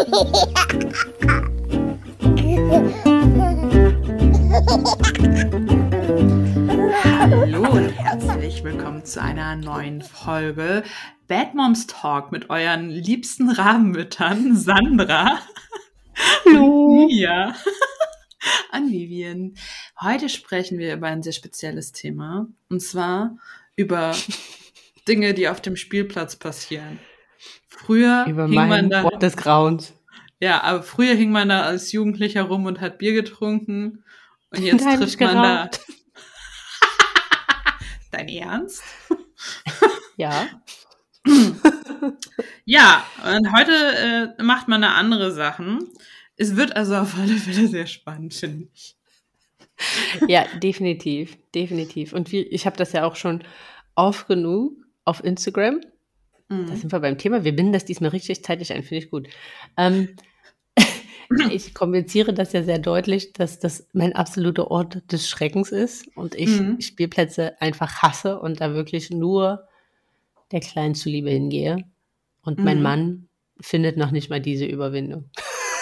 Hallo und herzlich willkommen zu einer neuen Folge Bad Moms Talk mit euren liebsten Rabenmüttern Sandra und Mia an Vivian. Heute sprechen wir über ein sehr spezielles Thema und zwar über Dinge, die auf dem Spielplatz passieren. Früher über hing man da, Ort des Grauens. ja, aber früher hing man da als Jugendlicher rum und hat Bier getrunken und jetzt Heimlich trifft man da. geraucht. Dein Ernst? Ja. Ja, und heute macht man da andere Sachen. Es wird also auf alle Fälle sehr spannend, finde ich. Ja, definitiv. Und ich habe das ja auch schon oft genug auf Instagram. Da sind wir beim Thema. Wir binden das diesmal richtig zeitlich ein, finde ich gut. Ich kommuniziere das ja sehr deutlich, dass das mein absoluter Ort des Schreckens ist und ich Spielplätze einfach hasse und da wirklich nur der Kleinen zuliebe hingehe. Und mein Mann findet noch nicht mal diese Überwindung.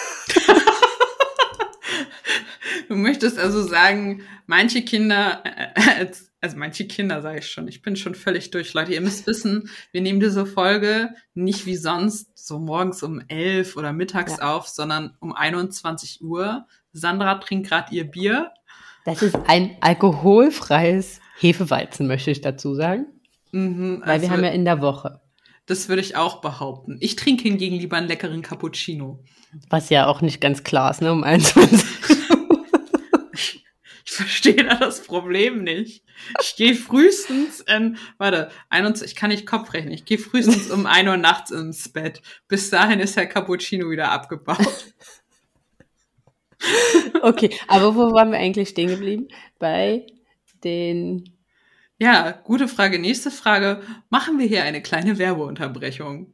Du möchtest also sagen, manche Kinder sage ich schon, ich bin schon völlig durch. Leute, ihr müsst wissen, wir nehmen diese Folge nicht wie sonst so morgens um 11 oder mittags auf, sondern um 21 Uhr. Sandra trinkt gerade ihr Bier. Das ist ein alkoholfreies Hefeweizen, möchte ich dazu sagen. Weil wir haben ja in der Woche. Das würde ich auch behaupten. Ich trinke hingegen lieber einen leckeren Cappuccino. Was ja auch nicht ganz klar ist, ne, um 21 Ich verstehe da das Problem nicht. Ich gehe frühestens, 21, ich kann nicht Kopf rechnen, ich gehe frühestens um 1 Uhr nachts ins Bett. Bis dahin ist der Cappuccino wieder abgebaut. Okay, aber wo waren wir eigentlich stehen geblieben? Bei den... Ja, gute Frage. Nächste Frage. Machen wir hier eine kleine Werbeunterbrechung?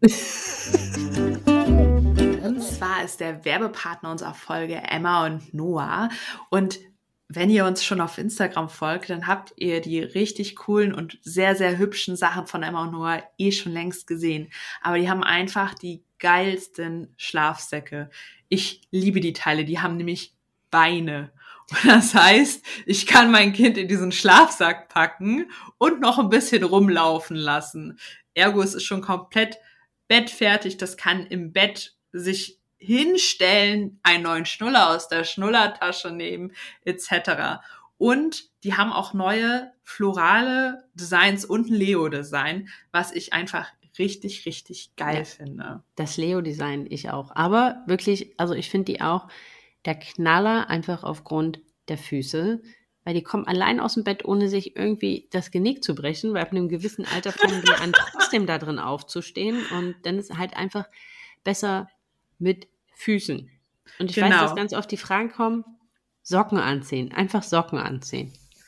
Und zwar ist der Werbepartner unserer Folge Emma und Noah. Und wenn ihr uns schon auf Instagram folgt, dann habt ihr die richtig coolen und sehr, sehr hübschen Sachen von Emma und Noah schon längst gesehen. Aber die haben einfach die geilsten Schlafsäcke. Ich liebe die Teile, die haben nämlich Beine. Und das heißt, ich kann mein Kind in diesen Schlafsack packen und noch ein bisschen rumlaufen lassen. Ergo, es ist schon komplett bettfertig. Das kann im Bett sich hinstellen, einen neuen Schnuller aus der Schnullertasche nehmen, etc. Und die haben auch neue florale Designs und ein Leo-Design, was ich einfach richtig, richtig geil finde. Das Leo-Design, ich auch. Aber wirklich, also ich finde die auch der Knaller einfach aufgrund der Füße, weil die kommen allein aus dem Bett, ohne sich irgendwie das Genick zu brechen, weil ab einem gewissen Alter fangen die an, trotzdem da drin aufzustehen und dann ist halt einfach besser mit Füßen. Und ich weiß, dass ganz oft die Fragen kommen, Socken anziehen, einfach Socken anziehen.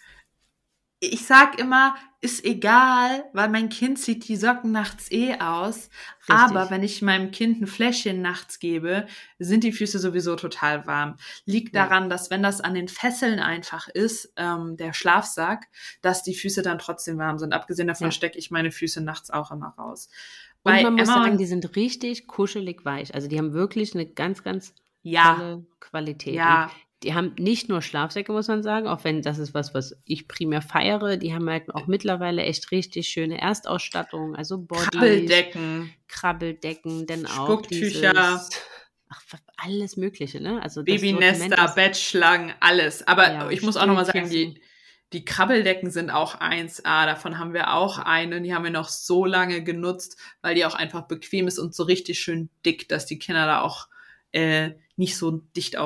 Ich sag immer, ist egal, weil mein Kind zieht die Socken nachts aus. Richtig. Aber wenn ich meinem Kind ein Fläschchen nachts gebe, sind die Füße sowieso total warm. Liegt daran, dass wenn das an den Fesseln einfach ist, der Schlafsack, dass die Füße dann trotzdem warm sind. Abgesehen davon stecke ich meine Füße nachts auch immer raus. Und man muss sagen, die sind richtig kuschelig weich. Also die haben wirklich eine ganz, ganz tolle Qualität. Ja. Und die haben nicht nur Schlafsäcke, muss man sagen, auch wenn das ist was ich primär feiere. Die haben halt auch mittlerweile echt richtig schöne Erstausstattung, also Bodies, Krabbeldecken, dann auch Spucktücher, alles Mögliche, ne? Also Babynester, Bettschlangen, alles. Aber ich muss auch nochmal sagen, die Krabbeldecken sind auch 1A, davon haben wir auch eine, die haben wir noch so lange genutzt, weil die auch einfach bequem ist und so richtig schön dick, dass die Kinder da auch nicht so dicht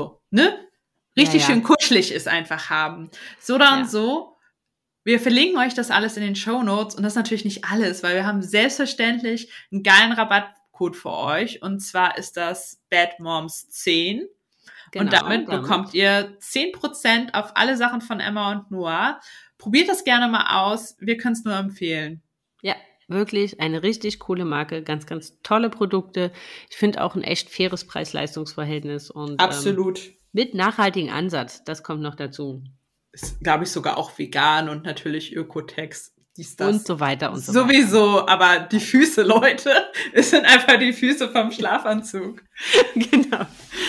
richtig schön kuschelig ist einfach haben. So oder so. Wir verlinken euch das alles in den Shownotes und das ist natürlich nicht alles, weil wir haben selbstverständlich einen geilen Rabattcode für euch und zwar ist das BadMoms10 und damit bekommt ihr 10% auf alle Sachen von Emma und Noah. Probiert das gerne mal aus, wir können es nur empfehlen. Ja, wirklich eine richtig coole Marke, ganz, ganz tolle Produkte. Ich finde auch ein echt faires Preis-Leistungs-Verhältnis und absolut. Mit nachhaltigem Ansatz, das kommt noch dazu. Ist, glaube ich, sogar auch vegan und natürlich Ökotex. dies, das. Und so weiter und so weiter. Sowieso, aber die Füße, Leute, es sind einfach die Füße vom Schlafanzug. Genau.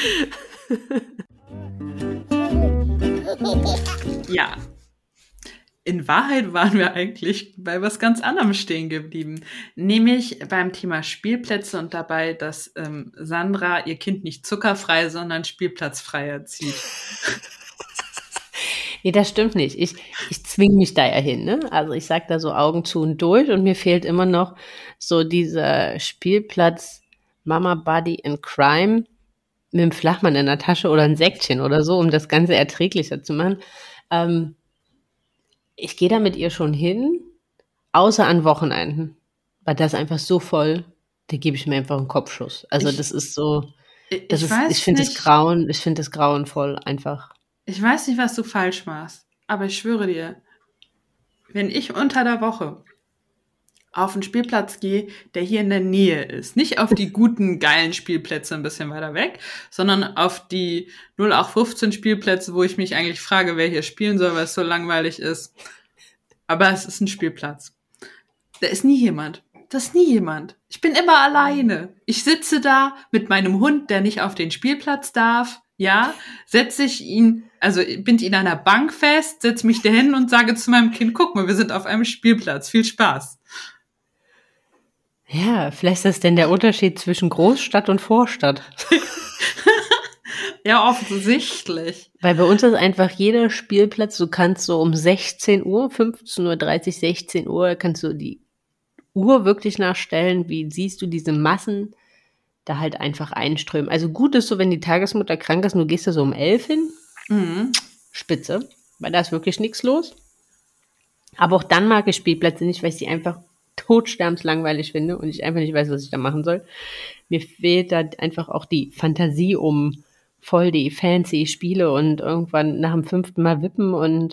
Ja. In Wahrheit waren wir eigentlich bei was ganz anderem stehen geblieben. Nämlich beim Thema Spielplätze und dabei, dass Sandra ihr Kind nicht zuckerfrei, sondern spielplatzfrei erzieht. Nee, das stimmt nicht. Ich zwinge mich da ja hin, ne? Also ich sag da so Augen zu und durch und mir fehlt immer noch so dieser Spielplatz Mama Buddy in Crime mit dem Flachmann in der Tasche oder ein Säckchen oder so, um das Ganze erträglicher zu machen. Ich gehe da mit ihr schon hin, außer an Wochenenden, weil das einfach so voll, da gebe ich mir einfach einen Kopfschuss. Also das ist so, ich finde das grauenvoll einfach. Ich weiß nicht, was du falsch machst, aber ich schwöre dir, wenn ich unter der Woche auf einen Spielplatz gehe, der hier in der Nähe ist, nicht auf die guten, geilen Spielplätze ein bisschen weiter weg, sondern auf die 0815 Spielplätze, wo ich mich eigentlich frage, wer hier spielen soll, weil es so langweilig ist. Aber es ist ein Spielplatz. Da ist nie jemand. Das ist nie jemand. Ich bin immer alleine. Ich sitze da mit meinem Hund, der nicht auf den Spielplatz darf. Ja, setze ich ihn, also bind ihn an einer Bank fest, setze mich dahin und sage zu meinem Kind, guck mal, wir sind auf einem Spielplatz. Viel Spaß. Ja, vielleicht ist das denn der Unterschied zwischen Großstadt und Vorstadt. Ja, offensichtlich. Weil bei uns ist einfach jeder Spielplatz, du kannst so um 16 Uhr, 15:30 Uhr, 16 Uhr, kannst du die Uhr wirklich nachstellen, wie siehst du diese Massen da halt einfach einströmen. Also gut ist so, wenn die Tagesmutter krank ist und du gehst da so um 11 hin, spitze, weil da ist wirklich nichts los. Aber auch dann mag ich Spielplätze nicht, weil ich sie einfach totsterbenslangweilig finde und ich einfach nicht weiß, was ich da machen soll. Mir fehlt da einfach auch die Fantasie um voll die fancy Spiele und irgendwann nach dem 5. Mal wippen und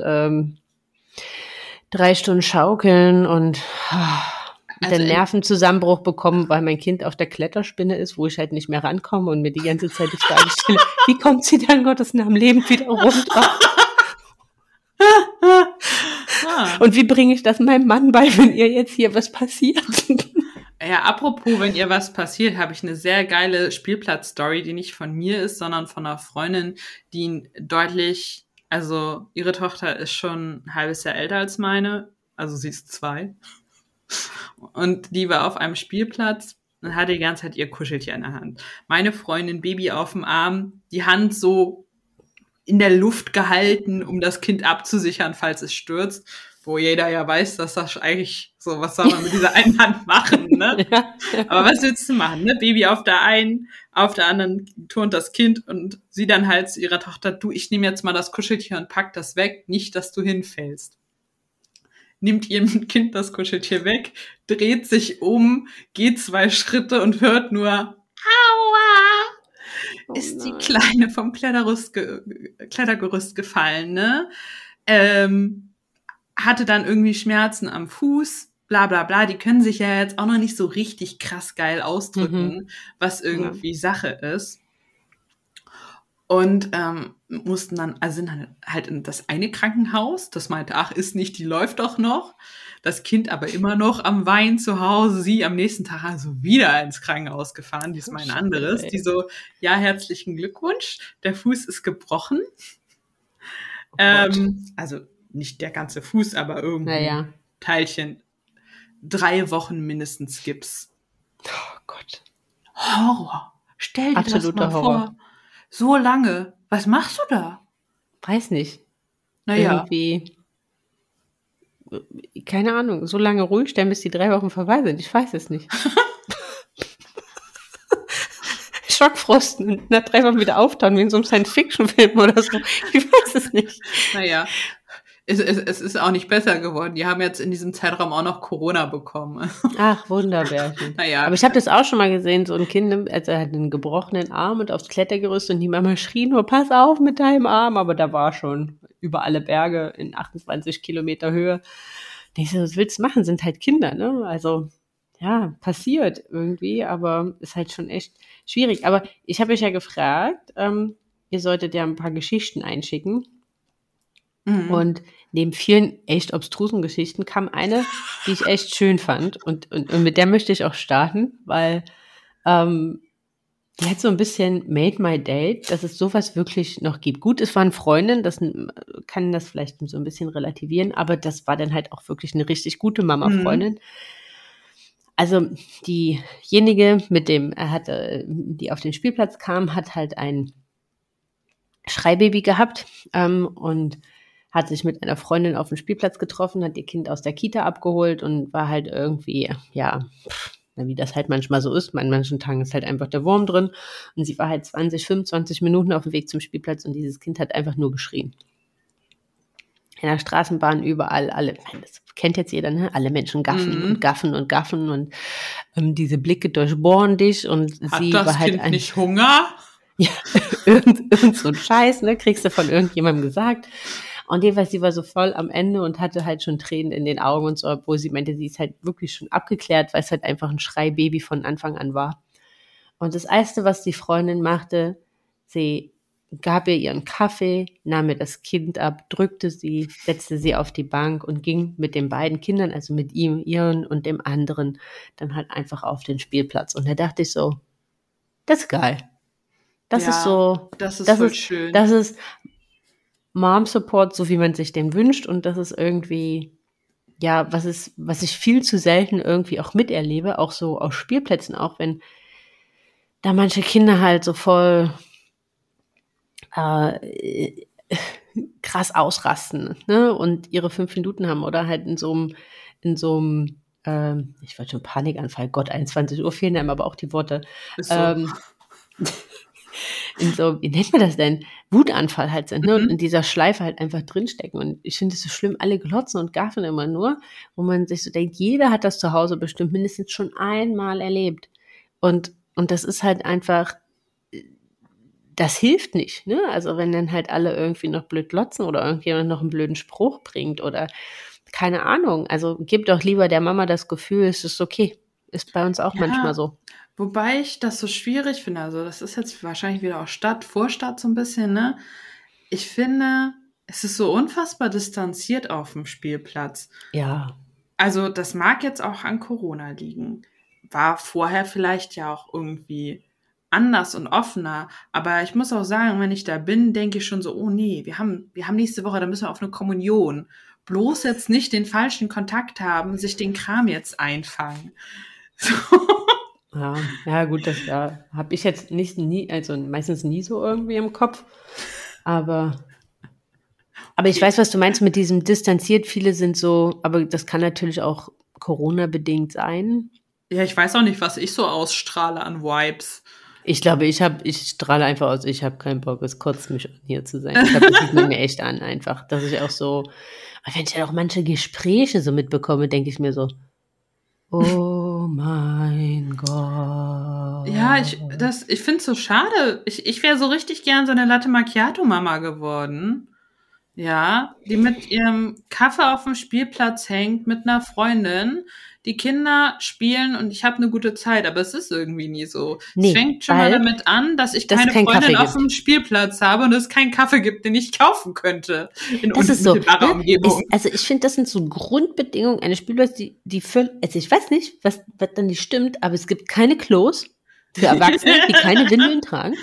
3 Stunden schaukeln und den Nervenzusammenbruch bekommen, weil mein Kind auf der Kletterspinne ist, wo ich halt nicht mehr rankomme und mir die ganze Zeit die Frage stelle, wie kommt sie dann Gottes Namen lebend wieder runter? Und wie bringe ich das meinem Mann bei, wenn ihr jetzt hier was passiert? Ja, apropos, wenn ihr was passiert, habe ich eine sehr geile Spielplatz-Story, die nicht von mir ist, sondern von einer Freundin, die deutlich, also ihre Tochter ist schon ein halbes Jahr älter als meine, also sie ist 2. Und die war auf einem Spielplatz und hatte die ganze Zeit ihr Kuscheltier in der Hand. Meine Freundin, Baby auf dem Arm, die Hand so in der Luft gehalten, um das Kind abzusichern, falls es stürzt. Wo jeder ja weiß, dass das eigentlich so, was soll man mit dieser einen Hand machen, ne? Ja. Aber was willst du machen, ne? Baby auf der einen, auf der anderen turnt das Kind und sie dann halt zu ihrer Tochter, du, ich nehme jetzt mal das Kuscheltier und pack das weg, nicht, dass du hinfällst. Nimmt ihrem Kind das Kuscheltier weg, dreht sich um, geht 2 Schritte und hört nur Aua! Oh, ist die Kleine vom Klettergerüst gefallen, ne? Hatte dann irgendwie Schmerzen am Fuß, bla bla bla. Die können sich ja jetzt auch noch nicht so richtig krass geil ausdrücken, was irgendwie Sache ist. Und mussten dann, also sind dann halt in das eine Krankenhaus, das meinte, ach, ist nicht, die läuft doch noch. Das Kind aber immer noch am Weinen zu Hause, sie am nächsten Tag also wieder ins Krankenhaus gefahren, diesmal ein anderes. Die so, ja, herzlichen Glückwunsch, der Fuß ist gebrochen. Also nicht der ganze Fuß, aber irgendwie Teilchen. 3 Wochen mindestens Gips. Oh Gott. Horror. Stell dir Absoluter das mal Horror. vor. So lange. Was machst du da? Weiß nicht. Naja. Irgendwie, keine Ahnung, so lange ruhig stellen, bis die 3 Wochen vorbei sind. Ich weiß es nicht. Schockfrosten, nach 3 Wochen wieder auftauen, wie in so einem Science-Fiction-Film oder so. Ich weiß es nicht. Naja, es ist auch nicht besser geworden. Die haben jetzt in diesem Zeitraum auch noch Corona bekommen. Ach, Wunderbärchen. Naja. Aber ich habe das auch schon mal gesehen, so ein Kind, also er hat einen gebrochenen Arm und aufs Klettergerüst und die Mama schrie nur, pass auf mit deinem Arm, aber da war schon über alle Berge in 28 Kilometer Höhe. Ich so, was willst du machen? Sind halt Kinder, ne? Also, ja, passiert irgendwie, aber ist halt schon echt schwierig. Aber ich habe euch ja gefragt, ihr solltet ja ein paar Geschichten einschicken. Mhm. Und neben vielen echt obstrusen Geschichten kam eine, die ich echt schön fand. Und mit der möchte ich auch starten, weil die hat so ein bisschen made my day, dass es sowas wirklich noch gibt. Gut, es waren Freundinnen, kann das vielleicht so ein bisschen relativieren, aber das war dann halt auch wirklich eine richtig gute Mhm. Mama-Freundin. Also diejenige, die auf den Spielplatz kam, hat halt ein Schreibaby gehabt und hat sich mit einer Freundin auf dem Spielplatz getroffen, hat ihr Kind aus der Kita abgeholt und war halt irgendwie, ja, wie das halt manchmal so ist. An manchen Tagen ist halt einfach der Wurm drin. Und sie war halt 20, 25 Minuten auf dem Weg zum Spielplatz und dieses Kind hat einfach nur geschrien. In der Straßenbahn überall, das kennt jetzt jeder, ne? Alle Menschen gaffen und Mhm. gaffen und gaffen und diese Blicke durchbohren dich und Hat sie war das halt Kind nicht Hunger? ja, irgend so ein Scheiß, ne, kriegst du von irgendjemandem gesagt. Und jedenfalls, sie war so voll am Ende und hatte halt schon Tränen in den Augen und so, obwohl sie meinte, sie ist halt wirklich schon abgeklärt, weil es halt einfach ein Schreibaby von Anfang an war. Und das Erste, was die Freundin machte, sie gab ihr ihren Kaffee, nahm ihr das Kind ab, drückte sie, setzte sie auf die Bank und ging mit den beiden Kindern, also mit ihm, ihren und dem anderen, dann halt einfach auf den Spielplatz. Und da dachte ich so, das ist geil. Das ist Ja, so, das ist das voll ist, schön. das ist Mom Support, so wie man sich den wünscht. Und das ist irgendwie, ja, was ich viel zu selten irgendwie auch miterlebe, auch so auf Spielplätzen, auch wenn da manche Kinder halt so voll äh, krass ausrasten, ne? Und ihre 5 Minuten haben oder halt in so einem, ich wollte schon Panikanfall, Gott, 21 Uhr fehlen einem aber auch die Worte. Ist so. Ähm, in so, wie nennt man das denn? Wutanfall halt sind, ne? Und in Mhm. dieser Schleife halt einfach drinstecken. Und ich finde es so schlimm, alle glotzen und gaffen immer nur, wo man sich so denkt, jeder hat das zu Hause bestimmt mindestens schon einmal erlebt. Und das ist halt einfach, das hilft nicht, ne? Also wenn dann halt alle irgendwie noch blöd glotzen oder irgendjemand noch einen blöden Spruch bringt oder keine Ahnung. Also gib doch lieber der Mama das Gefühl, es ist okay. Ist bei uns auch manchmal Ja, so. wobei ich das so schwierig finde. Also, das ist jetzt wahrscheinlich wieder auch Stadt, Vorstadt so ein bisschen, ne? Ich finde, es ist so unfassbar distanziert auf dem Spielplatz. Ja, Also, das mag jetzt auch an Corona liegen. War vorher vielleicht ja auch irgendwie anders und offener. Aber ich muss auch sagen, wenn ich da bin, denke ich schon so, oh nee, wir haben nächste Woche, da müssen wir auf eine Kommunion. Bloß jetzt nicht den falschen Kontakt haben, sich den Kram jetzt einfangen. So. ja, gut, das habe ich jetzt also meistens nie so irgendwie im Kopf. Aber ich Okay. weiß, was du meinst mit diesem distanziert. Viele sind so, aber das kann natürlich auch Corona-bedingt sein. Ja, ich weiß auch nicht, was ich so ausstrahle an Vibes. Ich glaube, ich strahle einfach aus, ich habe keinen Bock, es kotzt mich an, hier zu sein. Ich glaube, das sieht man mir echt an, einfach, dass ich auch so, aber wenn ich dann auch manche Gespräche so mitbekomme, denke ich mir so, oh mein Ja, Gott. ich finde es so schade. Ich wäre so richtig gern so eine Latte Macchiato-Mama geworden. Ja, die mit ihrem Kaffee auf dem Spielplatz hängt mit einer Freundin. Die Kinder spielen und ich habe eine gute Zeit, aber es ist irgendwie nie so. Es Nee, fängt schon mal weil damit an, dass ich das keine keinen Kaffee Freundin auf dem gibt. Spielplatz habe und es keinen Kaffee gibt, den ich kaufen könnte in Das ist so, unmittelbarer ne? Umgebung. Also ich finde, das sind so Grundbedingungen eines Spielplatzes, die völlig, also ich weiß nicht, was dann nicht stimmt, aber es gibt keine Klos für Erwachsene, die keine Windeln tragen.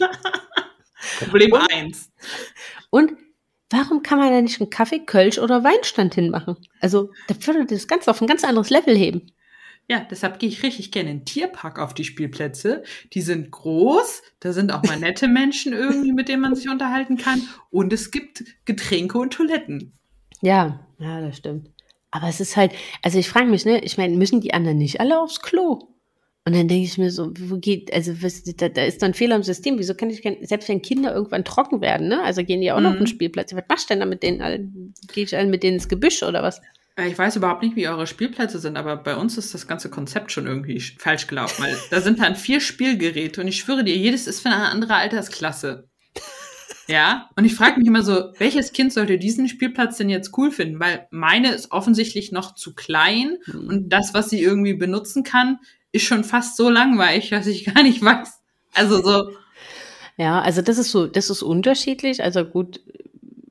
Problem Und, eins. und warum kann man da nicht einen Kaffee, Kölsch oder Weinstand hinmachen? Also da würde das Ganze auf ein ganz anderes Level heben. Ja, deshalb gehe ich richtig gerne in den Tierpark auf die Spielplätze. Die sind groß, da sind auch mal nette Menschen irgendwie, mit denen man sich unterhalten kann. Und es gibt Getränke und Toiletten. Ja, das stimmt. Aber es ist halt, also ich frage mich, ne, ich meine, müssen die anderen nicht alle aufs Klo? Und dann denke ich mir so, wo geht, also da ist doch ein Fehler im System. Wieso kann ich, selbst wenn Kinder irgendwann trocken werden, ne? Also gehen die auch noch auf den Mhm. Spielplatz. Was machst du denn da mit denen allen? Gehe ich allen mit denen ins Gebüsch oder was? Ich weiß überhaupt nicht, wie eure Spielplätze sind, aber bei uns ist das ganze Konzept schon irgendwie falsch gelaufen, weil da sind dann 4 Spielgeräte und ich schwöre dir, jedes ist für eine andere Altersklasse. Ja, und ich frage mich immer so, welches Kind sollte diesen Spielplatz denn jetzt cool finden? Weil meine ist offensichtlich noch zu klein und Hm. das, was sie irgendwie benutzen kann, ist schon fast so langweilig, dass ich gar nicht weiß. Also so, Ja, also das ist so, das ist unterschiedlich. Also gut,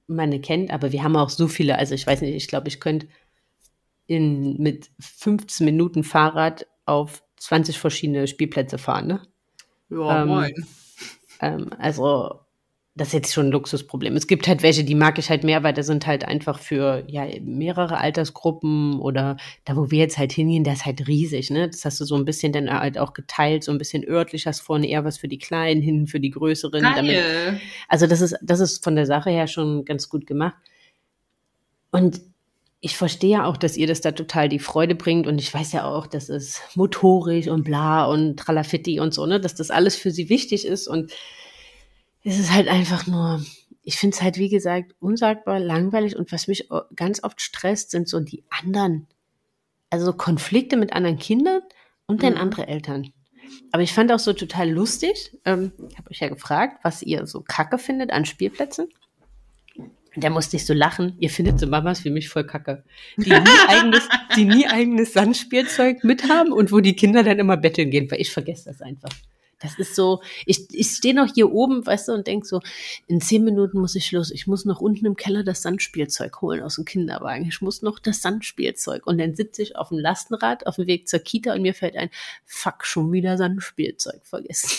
man kennt, aber wir haben auch so viele, also ich weiß nicht, ich glaube, ich könnte mit 15 Minuten Fahrrad auf 20 verschiedene Spielplätze fahren, ne? Ja, moin. Also das ist jetzt schon ein Luxusproblem. Es gibt halt welche, die mag ich halt mehr, weil das sind halt einfach für mehrere Altersgruppen oder da, wo wir jetzt halt hingehen, der ist halt riesig, ne? Das hast du so ein bisschen dann halt auch geteilt, so ein bisschen örtlich, hast vorne eher was für die Kleinen, hinten für die Größeren. Geil. Also das ist von der Sache her schon ganz gut gemacht. Und ich verstehe ja auch, dass ihr das da total die Freude bringt und ich weiß ja auch, dass es motorisch und bla und Tralafitti und so, ne, dass das alles für sie wichtig ist und es ist halt einfach nur, ich finde es halt, wie gesagt, unsagbar langweilig und was mich ganz oft stresst, sind so die anderen, also Konflikte mit anderen Kindern und dann andere Eltern. Aber ich fand auch so total lustig, ich habe euch ja gefragt, was ihr so kacke findet an Spielplätzen. Da musste ich so lachen. Ihr findet so Mamas wie mich voll kacke. Die nie eigenes Sandspielzeug mithaben und wo die Kinder dann immer betteln gehen, weil ich vergesse das einfach. Das ist so, ich stehe noch hier oben, weißt du, und denk so, in 10 Minuten muss ich los. Ich muss noch unten im Keller das Sandspielzeug holen aus dem Kinderwagen. Ich muss noch das Sandspielzeug. Und dann sitze ich auf dem Lastenrad auf dem Weg zur Kita und mir fällt ein, fuck, schon wieder Sandspielzeug vergessen.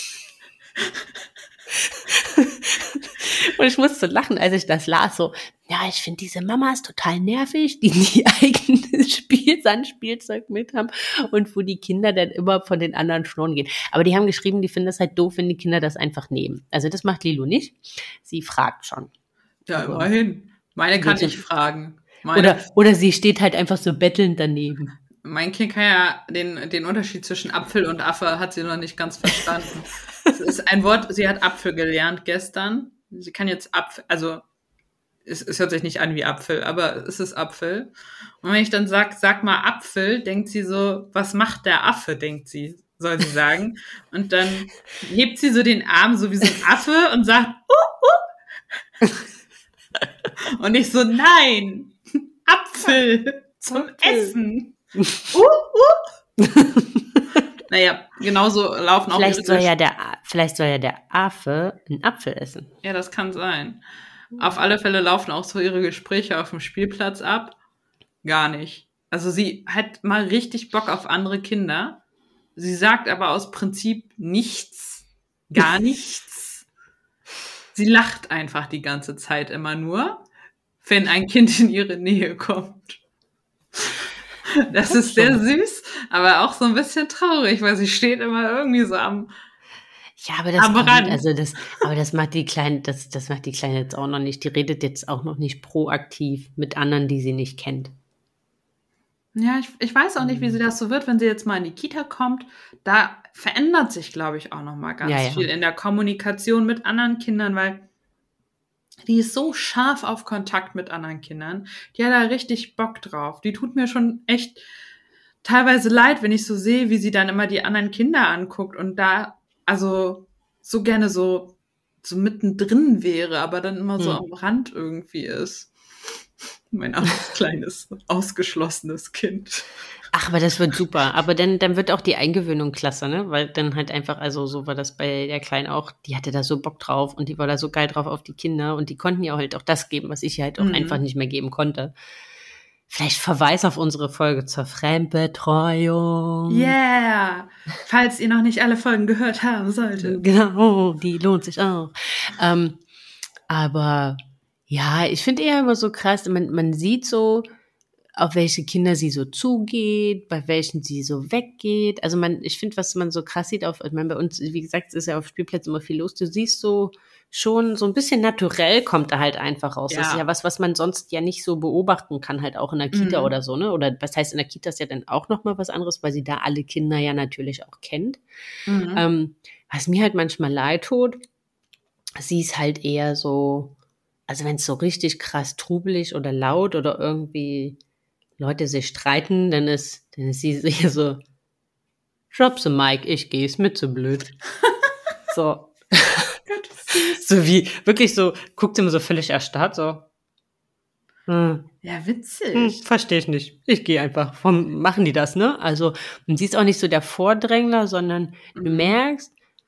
Und ich musste so lachen, als ich das las, so, ja, ich finde diese Mamas total nervig, die nie eigenes Sandspielzeug mit haben und wo die Kinder dann immer von den anderen schnurren gehen. Aber die haben geschrieben, die finden das halt doof, wenn die Kinder das einfach nehmen. Also das macht Lilo nicht. Sie fragt schon. Ja, immerhin. Meine kann ich fragen. Oder sie steht halt einfach so bettelnd daneben. Mein Kind kann ja den Unterschied zwischen Apfel und Affe hat sie noch nicht ganz verstanden. Es ist ein Wort, sie hat Apfel gelernt gestern. Sie kann jetzt Apfel, also es hört sich nicht an wie Apfel, aber es ist Apfel. Und wenn ich dann sag mal Apfel, denkt sie so, was macht der Affe, denkt sie, soll sie sagen. Und dann hebt sie so den Arm, so wie so ein Affe und sagt, Und ich so, nein, Apfel zum Essen. Naja, genauso laufen auch Vielleicht soll ja der Affe einen Apfel essen. Ja, das kann sein. Auf alle Fälle laufen auch so ihre Gespräche auf dem Spielplatz ab. Gar nicht. Also sie hat mal richtig Bock auf andere Kinder. Sie sagt aber aus Prinzip nichts. Gar nichts. Sie lacht einfach die ganze Zeit immer nur, wenn ein Kind in ihre Nähe kommt. Das ist sehr süß, aber auch so ein bisschen traurig, weil sie steht immer irgendwie so am Ja, aber das Rand. Also das macht die Kleine, das macht die Kleine jetzt auch noch nicht. Die redet jetzt auch noch nicht proaktiv mit anderen, die sie nicht kennt. Ja, ich weiß auch nicht, wie sie das so wird, wenn sie jetzt mal in die Kita kommt. Da verändert sich, glaube ich, auch noch mal ganz viel in der Kommunikation mit anderen Kindern, weil die ist so scharf auf Kontakt mit anderen Kindern. Die hat da richtig Bock drauf. Die tut mir schon echt teilweise leid, wenn ich so sehe, wie sie dann immer die anderen Kinder anguckt und da also so gerne so mittendrin wäre, aber dann immer so am Rand irgendwie ist. Mein armes, kleines, ausgeschlossenes Kind. Ach, aber das wird super. Aber dann wird auch die Eingewöhnung klasse, ne? Weil dann halt einfach, also so war das bei der Kleinen auch, die hatte da so Bock drauf und die war da so geil drauf auf die Kinder und die konnten ja halt auch das geben, was ich halt auch einfach nicht mehr geben konnte. Vielleicht Verweis auf unsere Folge zur Fremdbetreuung. Yeah! Falls ihr noch nicht alle Folgen gehört haben solltet. Genau, die lohnt sich auch. Aber ja, ich finde eher immer so krass, man sieht so, auf welche Kinder sie so zugeht, bei welchen sie so weggeht. Also ich finde, was man so krass sieht, ich meine, bei uns, wie gesagt, ist ja auf Spielplätzen immer viel los. Du siehst so schon so ein bisschen naturell kommt da halt einfach raus. Ja. Das ist ja was man sonst ja nicht so beobachten kann, halt auch in der Kita oder so, ne? Oder was heißt in der Kita ist ja dann auch nochmal was anderes, weil sie da alle Kinder ja natürlich auch kennt. Was mir halt manchmal leid tut, sie ist halt eher so, also wenn es so richtig krass trubelig oder laut oder irgendwie Leute sich streiten, dann ist sie sicher so, drop the mic, ich gehe, ist mir zu blöd. So. So wie, wirklich so, guckt sie mir so völlig erstarrt, so. Ja, witzig. Verstehe ich nicht. Ich gehe einfach. Warum machen die das, ne? Also, und sie ist auch nicht so der Vordrängler, sondern du merkst,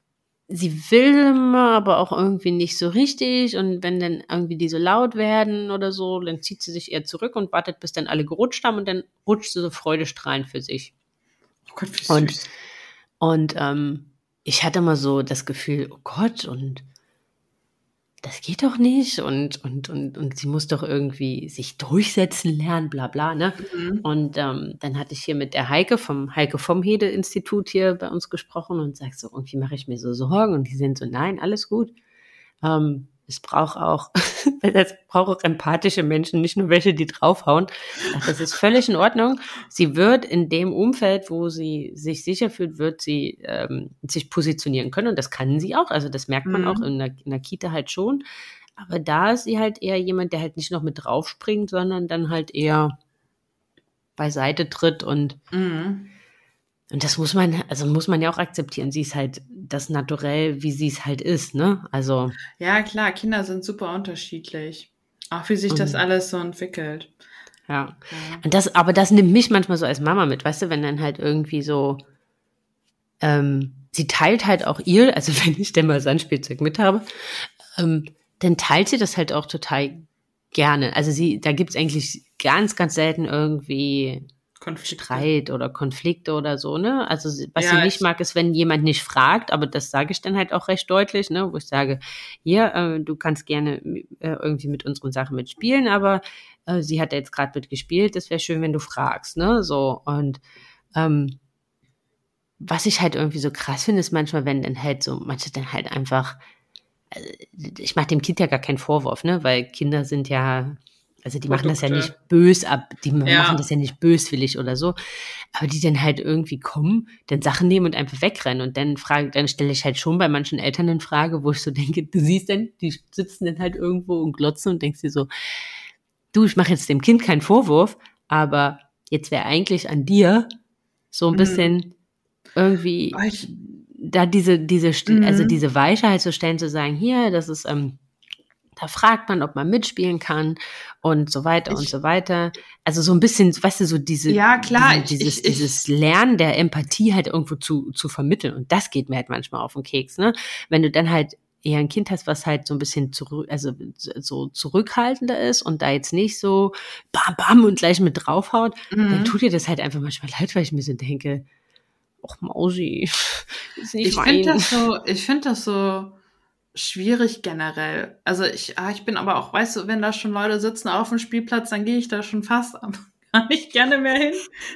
sie will immer, aber auch irgendwie nicht so richtig. Und wenn dann irgendwie die so laut werden oder so, dann zieht sie sich eher zurück und wartet, bis dann alle gerutscht haben und dann rutscht sie so freudestrahlend für sich. Oh Gott, wie Und, süß. und ich hatte mal so das Gefühl, oh Gott, und das geht doch nicht und sie muss doch irgendwie sich durchsetzen lernen, bla bla, ne? Mhm. Und dann hatte ich hier mit der Heike vom Hede-Institut hier bei uns gesprochen und sag so, irgendwie mache ich mir so Sorgen. Und die sind so, nein, alles gut. Es braucht auch, es braucht auch empathische Menschen, nicht nur welche, die draufhauen. Ach, das ist völlig in Ordnung. Sie wird in dem Umfeld, wo sie sich sicher fühlt, wird sie sich positionieren können. Und das kann sie auch. Also das merkt man auch Mhm. in der Kita halt schon. Aber da ist sie halt eher jemand, der halt nicht noch mit draufspringt, sondern dann halt eher beiseite tritt Mhm. und das muss man ja auch akzeptieren. Sie ist halt das Naturell, wie sie es halt ist, ne? Also, Ja, klar, Kinder sind super unterschiedlich. Auch wie sich das und, alles so entwickelt. ja. Ja. Aber das nimmt mich manchmal so als Mama mit, weißt du, wenn dann halt irgendwie so, sie teilt halt auch also wenn ich denn mal Sandspielzeug mit habe, dann teilt sie das halt auch total gerne. Also da gibt's eigentlich ganz, ganz selten irgendwie Konflikte. Streit oder Konflikte oder so, ne? Also was sie Ja, nicht mag, ist, wenn jemand nicht fragt, aber das sage ich dann halt auch recht deutlich, ne? Wo ich sage, hier, du kannst gerne irgendwie mit unseren Sachen mitspielen, aber sie hat ja jetzt gerade mitgespielt, das wäre schön, wenn du fragst, ne? So, und ähm, was ich halt irgendwie so krass finde, ist manchmal, wenn dann halt so, manche dann halt einfach, ich mache dem Kind ja gar keinen Vorwurf, ne? Weil Kinder sind ja, also die machen das ja Produkte. nicht die machen das Ja. ja nicht böswillig oder so, aber die dann halt irgendwie kommen, dann Sachen nehmen und einfach wegrennen und dann stelle ich halt schon bei manchen Eltern eine Frage, wo ich so denke, du siehst dann, die sitzen dann halt irgendwo und glotzen und denkst dir so, du, ich mache jetzt dem Kind keinen Vorwurf, aber jetzt wäre eigentlich an dir so ein Mhm. bisschen irgendwie Oh, da also mhm. diese Weichheit zu stellen, zu sagen, hier, das ist, da fragt man, ob man mitspielen kann und so weiter und Ich, so weiter. Also so ein bisschen, weißt du, so ja, klar, ich, dieses Lernen der Empathie halt irgendwo zu vermitteln. Und das geht mir halt manchmal auf den Keks, ne? Wenn du dann halt eher ein Kind hast, was halt so ein bisschen so zurückhaltender ist und da jetzt nicht so bam, bam und gleich mit draufhaut, dann mhm. tut dir das halt einfach manchmal leid, weil ich mir so denke, ach Mausi, ist nicht Ich finde mein. das so, ich finde das so schwierig generell. Also ich bin aber auch, weißt du, wenn da schon Leute sitzen auf dem Spielplatz, dann gehe ich da schon fast gar nicht gerne mehr hin.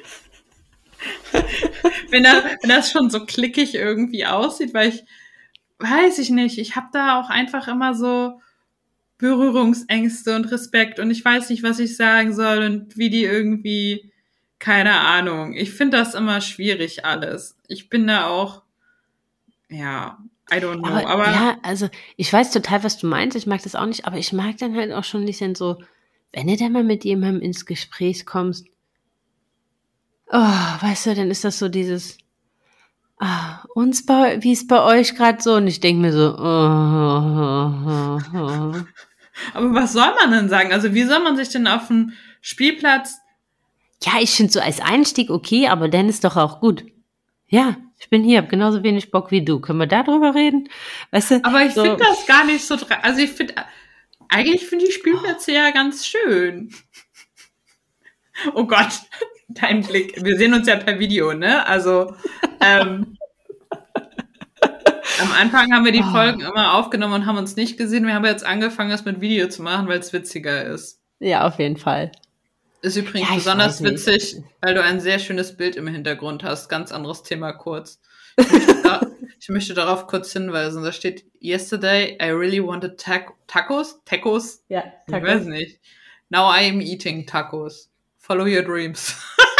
Wenn das schon so klickig irgendwie aussieht, weil weiß ich nicht, ich habe da auch einfach immer so Berührungsängste und Respekt und ich weiß nicht, was ich sagen soll und wie die irgendwie, keine Ahnung. Ich finde das immer schwierig alles. Ich bin da auch, ja, I don't know, Aber aber ja, also ich weiß total, was du meinst. Ich mag das auch nicht, aber ich mag dann halt auch schon nicht dann so, wenn du dann mal mit jemandem ins Gespräch kommst, oh, weißt du, dann ist das so dieses, wie ist bei euch gerade so? Und ich denke mir so, Aber was soll man denn sagen? Also wie soll man sich denn auf dem Spielplatz? ja, ich finde so als Einstieg okay, aber dann ist doch auch gut. Ja, ich bin hier, hab genauso wenig Bock wie du. Können wir da drüber reden? Weißt du, Aber ich finde so, das gar nicht so. Also ich finde, eigentlich finde ich Spielplätze ja ganz schön. Oh Gott, dein Blick. Wir sehen uns ja per Video, ne? Also am Anfang haben wir die Folgen oh, immer aufgenommen und haben uns nicht gesehen. Wir haben jetzt angefangen, es mit Video zu machen, weil es witziger ist. ja, auf jeden Fall. Ist übrigens Ja, ich weiß besonders nicht. witzig, weil du ein sehr schönes Bild im Hintergrund hast. Ganz anderes Thema kurz. Ich möchte, ich möchte darauf kurz hinweisen. Da steht, Yesterday I really wanted tacos? Tacos? Ja, Ich weiß Tacos. nicht. Now I am eating tacos. Follow your dreams.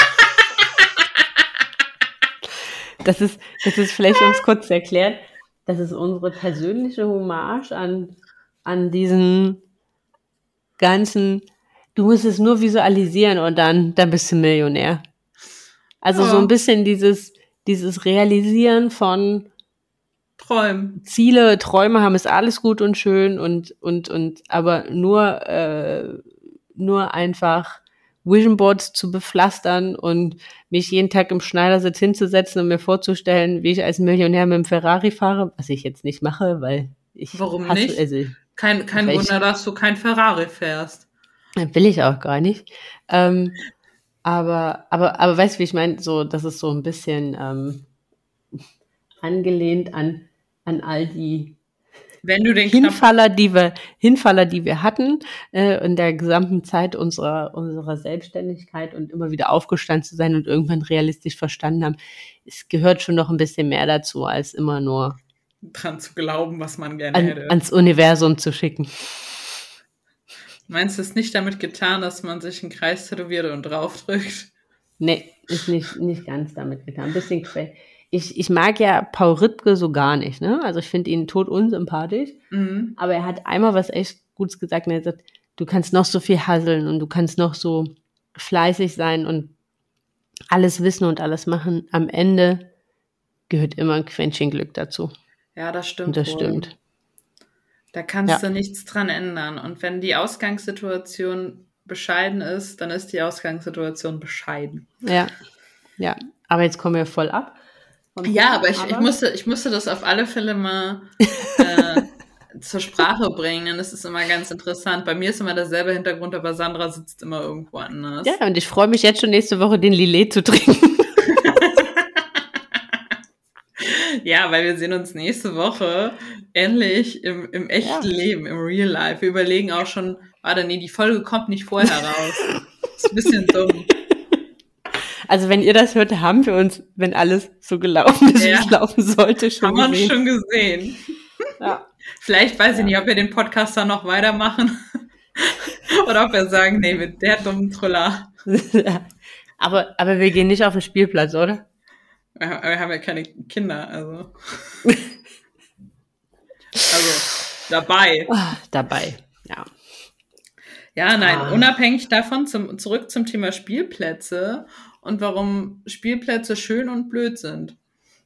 Das ist vielleicht, um es kurz zu erklären, das ist unsere persönliche Hommage an diesen ganzen, du musst es nur visualisieren und dann bist du Millionär. Also so ein Ja, bisschen dieses Realisieren von träumen. Ziele, Träume haben, ist alles gut und schön aber nur einfach Vision Boards zu bepflastern und mich jeden Tag im Schneidersitz hinzusetzen und mir vorzustellen, wie ich als Millionär mit dem Ferrari fahre, was ich jetzt nicht mache, weil ich Warum hasse, nicht? also Kein Wunder, dass du kein Ferrari fährst. will ich auch gar nicht. Aber weißt du, wie ich meine? So, das ist so ein bisschen angelehnt an all die Wenn du den Hinfaller, die wir hatten in der gesamten Zeit unserer Selbstständigkeit und immer wieder aufgestanden zu sein und irgendwann realistisch verstanden haben, es gehört schon noch ein bisschen mehr dazu, als immer nur dran zu glauben, was man gerne hätte. Ans Universum zu schicken. Meinst du, es ist nicht damit getan, dass man sich einen Kreis tätowiert und draufdrückt? Nee, ist nicht ganz damit getan. Ein bisschen quäl. Ich mag ja Paul Ripke so gar nicht, ne? Also ich finde ihn todunsympathisch. Mhm. Aber er hat einmal was echt Gutes gesagt. Und er hat gesagt, du kannst noch so viel hasseln und du kannst noch so fleißig sein und alles wissen und alles machen. Am Ende gehört immer ein Quäntchen Glück dazu. Ja, das stimmt. Und das stimmt. Da kannst du nichts dran ändern. Und wenn die Ausgangssituation bescheiden ist, dann ist die Ausgangssituation bescheiden. Ja. Aber jetzt kommen wir voll ab. Ja, aber ich musste das auf alle Fälle mal zur Sprache bringen. Und das ist immer ganz interessant. Bei mir ist immer derselbe Hintergrund, aber Sandra sitzt immer irgendwo anders. Ja, und ich freue mich jetzt schon nächste Woche, den Lillet zu trinken. Ja, weil wir sehen uns nächste Woche endlich im echten Leben, im Real Life. Wir überlegen auch schon, die Folge kommt nicht vorher raus. Das ist ein bisschen dumm. Also wenn ihr das hört, haben wir uns, wenn alles so gelaufen ist, wie es laufen sollte, schon gesehen. Haben wir uns schon gesehen. Ja. Vielleicht weiß ich nicht, ob wir den Podcast dann noch weitermachen oder ob wir sagen, nee, mit der dummen Troller. Aber wir gehen nicht auf den Spielplatz, oder? Wir haben ja keine Kinder, also dabei. Dabei, ja. Ja, nein, unabhängig davon, zurück zum Thema Spielplätze und warum Spielplätze schön und blöd sind.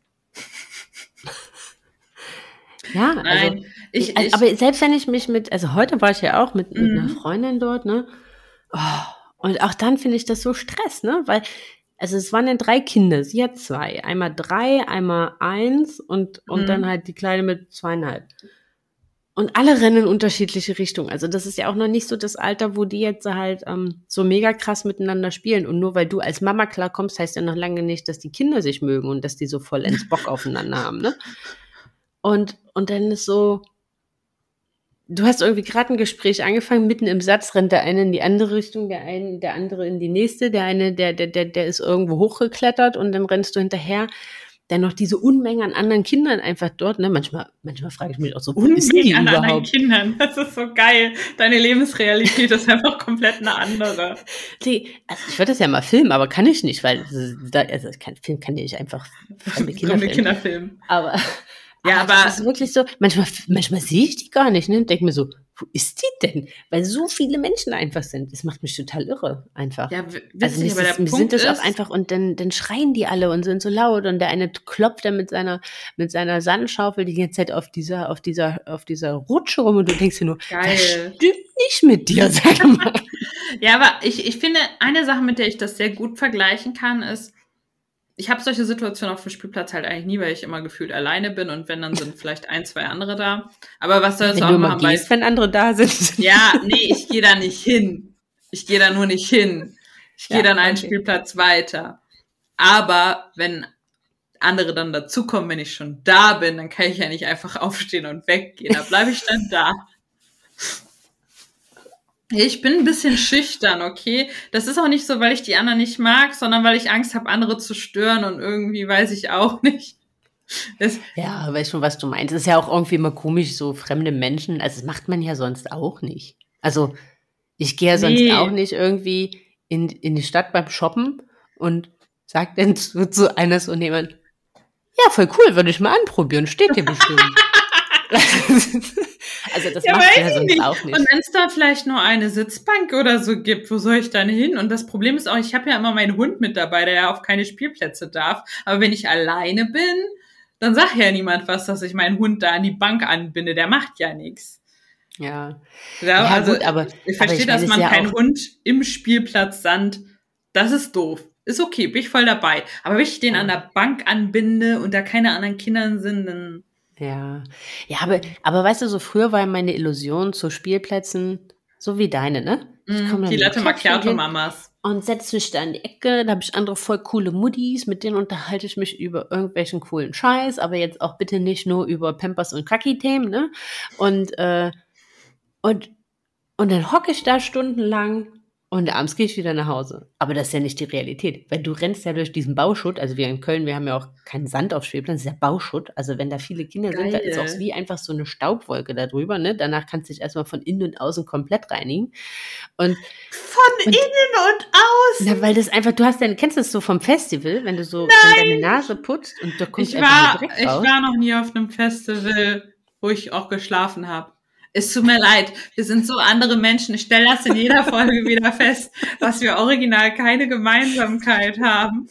Ja, nein, also, aber selbst wenn ich mich also heute war ich ja auch mit einer Freundin dort, ne? Und auch dann finde ich das so Stress, ne? Weil, also es waren ja 3 Kinder, sie hat 2. Einmal 3, einmal 1 und dann halt die Kleine mit 2,5. Und alle rennen in unterschiedliche Richtungen. Also das ist ja auch noch nicht so das Alter, wo die jetzt halt so mega krass miteinander spielen. Und nur weil du als Mama klarkommst, heißt ja noch lange nicht, dass die Kinder sich mögen und dass die so vollends Bock aufeinander haben, ne? Und dann ist so, du hast irgendwie gerade ein Gespräch angefangen, mitten im Satz rennt der eine in die andere Richtung, der andere in die nächste, der eine, der ist irgendwo hochgeklettert und dann rennst du hinterher. Dann noch diese Unmengen an anderen Kindern einfach dort, ne? Manchmal frage ich mich auch so, wo ist die an überhaupt? Anderen Kindern, das ist so geil. Deine Lebensrealität ist einfach komplett eine andere. Also ich würde das ja mal filmen, aber kann ich nicht, weil Film kann ich einfach fremde Kinder filmen. Aber das ist wirklich so, manchmal sehe ich die gar nicht, ne? Und denke mir so, wo ist die denn? Weil so viele Menschen einfach sind. Das macht mich total irre, einfach. Ja, witzig, aber der Punkt sind das auch einfach, und dann schreien die alle und sind so laut und der eine klopft dann mit seiner Sandschaufel die ganze Zeit auf dieser Rutsche rum und du denkst dir nur, geil. Das stimmt nicht mit dir, sag mal. Ja, aber ich finde, eine Sache, mit der ich das sehr gut vergleichen kann, ist, ich habe solche Situationen auf dem Spielplatz halt eigentlich nie, weil ich immer gefühlt alleine bin und wenn, dann sind vielleicht 1, 2 andere da. Aber was sollst du auch machen? Wenn andere da sind. Ja, nee, ich gehe da nicht hin. Ich gehe da nur nicht hin. Ich gehe dann einen Spielplatz weiter. Aber wenn andere dann dazukommen, wenn ich schon da bin, dann kann ich ja nicht einfach aufstehen und weggehen. Da bleibe ich dann da. Ich bin ein bisschen schüchtern, okay? Das ist auch nicht so, weil ich die anderen nicht mag, sondern weil ich Angst habe, andere zu stören und irgendwie weiß ich auch nicht. Ja, weiß schon, was du meinst. Es ist ja auch irgendwie immer komisch, so fremde Menschen. Also das macht man ja sonst auch nicht. Also ich gehe ja sonst auch nicht irgendwie in die Stadt beim Shoppen und sag dann zu einer so jemand, ja, voll cool, würde ich mal anprobieren, steht dir bestimmt. Also das macht ja sonst auch nicht. Und wenn es da vielleicht nur eine Sitzbank oder so gibt, wo soll ich dann hin? Und das Problem ist auch, ich habe ja immer meinen Hund mit dabei, der ja auf keine Spielplätze darf. Aber wenn ich alleine bin, dann sagt ja niemand was, dass ich meinen Hund da an die Bank anbinde. Der macht ja nichts. Ja. Ja, Ja, also gut, aber ich verstehe, ich meine, dass es ist man ja keinen auch, Hund im Spielplatz Sand, das ist doof. Ist okay, bin ich voll dabei. Aber wenn ich den an ja. der Bank anbinde und da keine anderen Kinder sind, dann Ja. Ja, aber weißt du, so früher war meine Illusion zu Spielplätzen so wie deine, ne? Ich komme die dann mit dem Latte Käffchen Macchiato hin Mamas. und setze mich da in die Ecke. Da habe ich andere voll coole Muttis, mit denen unterhalte ich mich über irgendwelchen coolen Scheiß, aber jetzt auch bitte nicht nur über Pampers und Kaki-Themen, ne? Und, und Und dann hocke ich da stundenlang und abends gehe ich wieder nach Hause. Aber das ist ja nicht die Realität, weil du rennst ja durch diesen Bauschutt. Also wir in Köln, wir haben ja auch keinen Sand auf Spielplatz, das ist ja Bauschutt. Also wenn da viele Kinder sind, da ist auch Geil. wie einfach so eine Staubwolke da drüber. Ne? Danach kannst du dich erstmal von innen und außen komplett reinigen. Und, Von und innen und außen. na, weil das einfach, kennst du das so vom Festival, wenn du so dann deine Nein. Nase putzt und da kommt Ich einfach nur war, Dreck ich raus. war noch nie auf einem Festival, wo ich auch geschlafen habe. Es tut mir leid, wir sind so andere Menschen. Ich stelle das in jeder Folge wieder fest, dass wir original keine Gemeinsamkeit haben.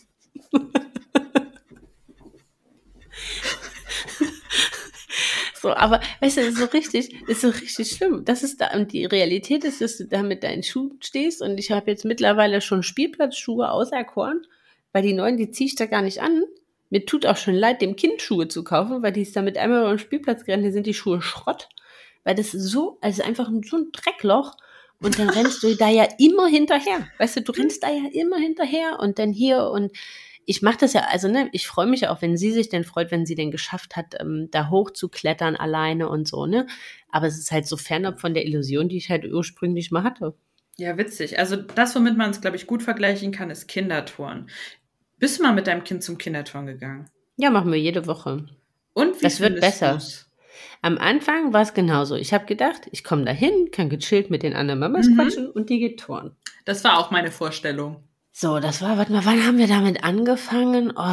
So, aber weißt du, ist so richtig schlimm. Das ist da, und die Realität ist, dass du da mit deinen Schuhen stehst und ich habe jetzt mittlerweile schon Spielplatzschuhe auserkoren, weil die neuen, die ziehe ich da gar nicht an. Mir tut auch schon leid, dem Kind Schuhe zu kaufen, weil die ist damit einmal über den Spielplatz gerannt, da sind die Schuhe Schrott. Weil das ist so, also einfach so ein Dreckloch. Und dann rennst du da ja immer hinterher. Weißt du rennst da ja immer hinterher und dann hier und ich mache das ja, also ne, ich freue mich ja auch, wenn sie sich denn freut, wenn sie denn geschafft hat, da hochzuklettern alleine und so, ne? Aber es ist halt so fernab von der Illusion, die ich halt ursprünglich mal hatte. Ja, witzig. Also das, womit man es, glaube ich, gut vergleichen kann, ist Kindertouren. Bist du mal mit deinem Kind zum Kindertouren gegangen? Ja, machen wir jede Woche. Und wie Das wird findest besser. du's? Am Anfang war es genauso. Ich habe gedacht, ich komme da hin, kann gechillt mit den anderen Mamas quatschen und die geht touren. Das war auch meine Vorstellung. So, das war, warte mal, wann haben wir damit angefangen? Oh,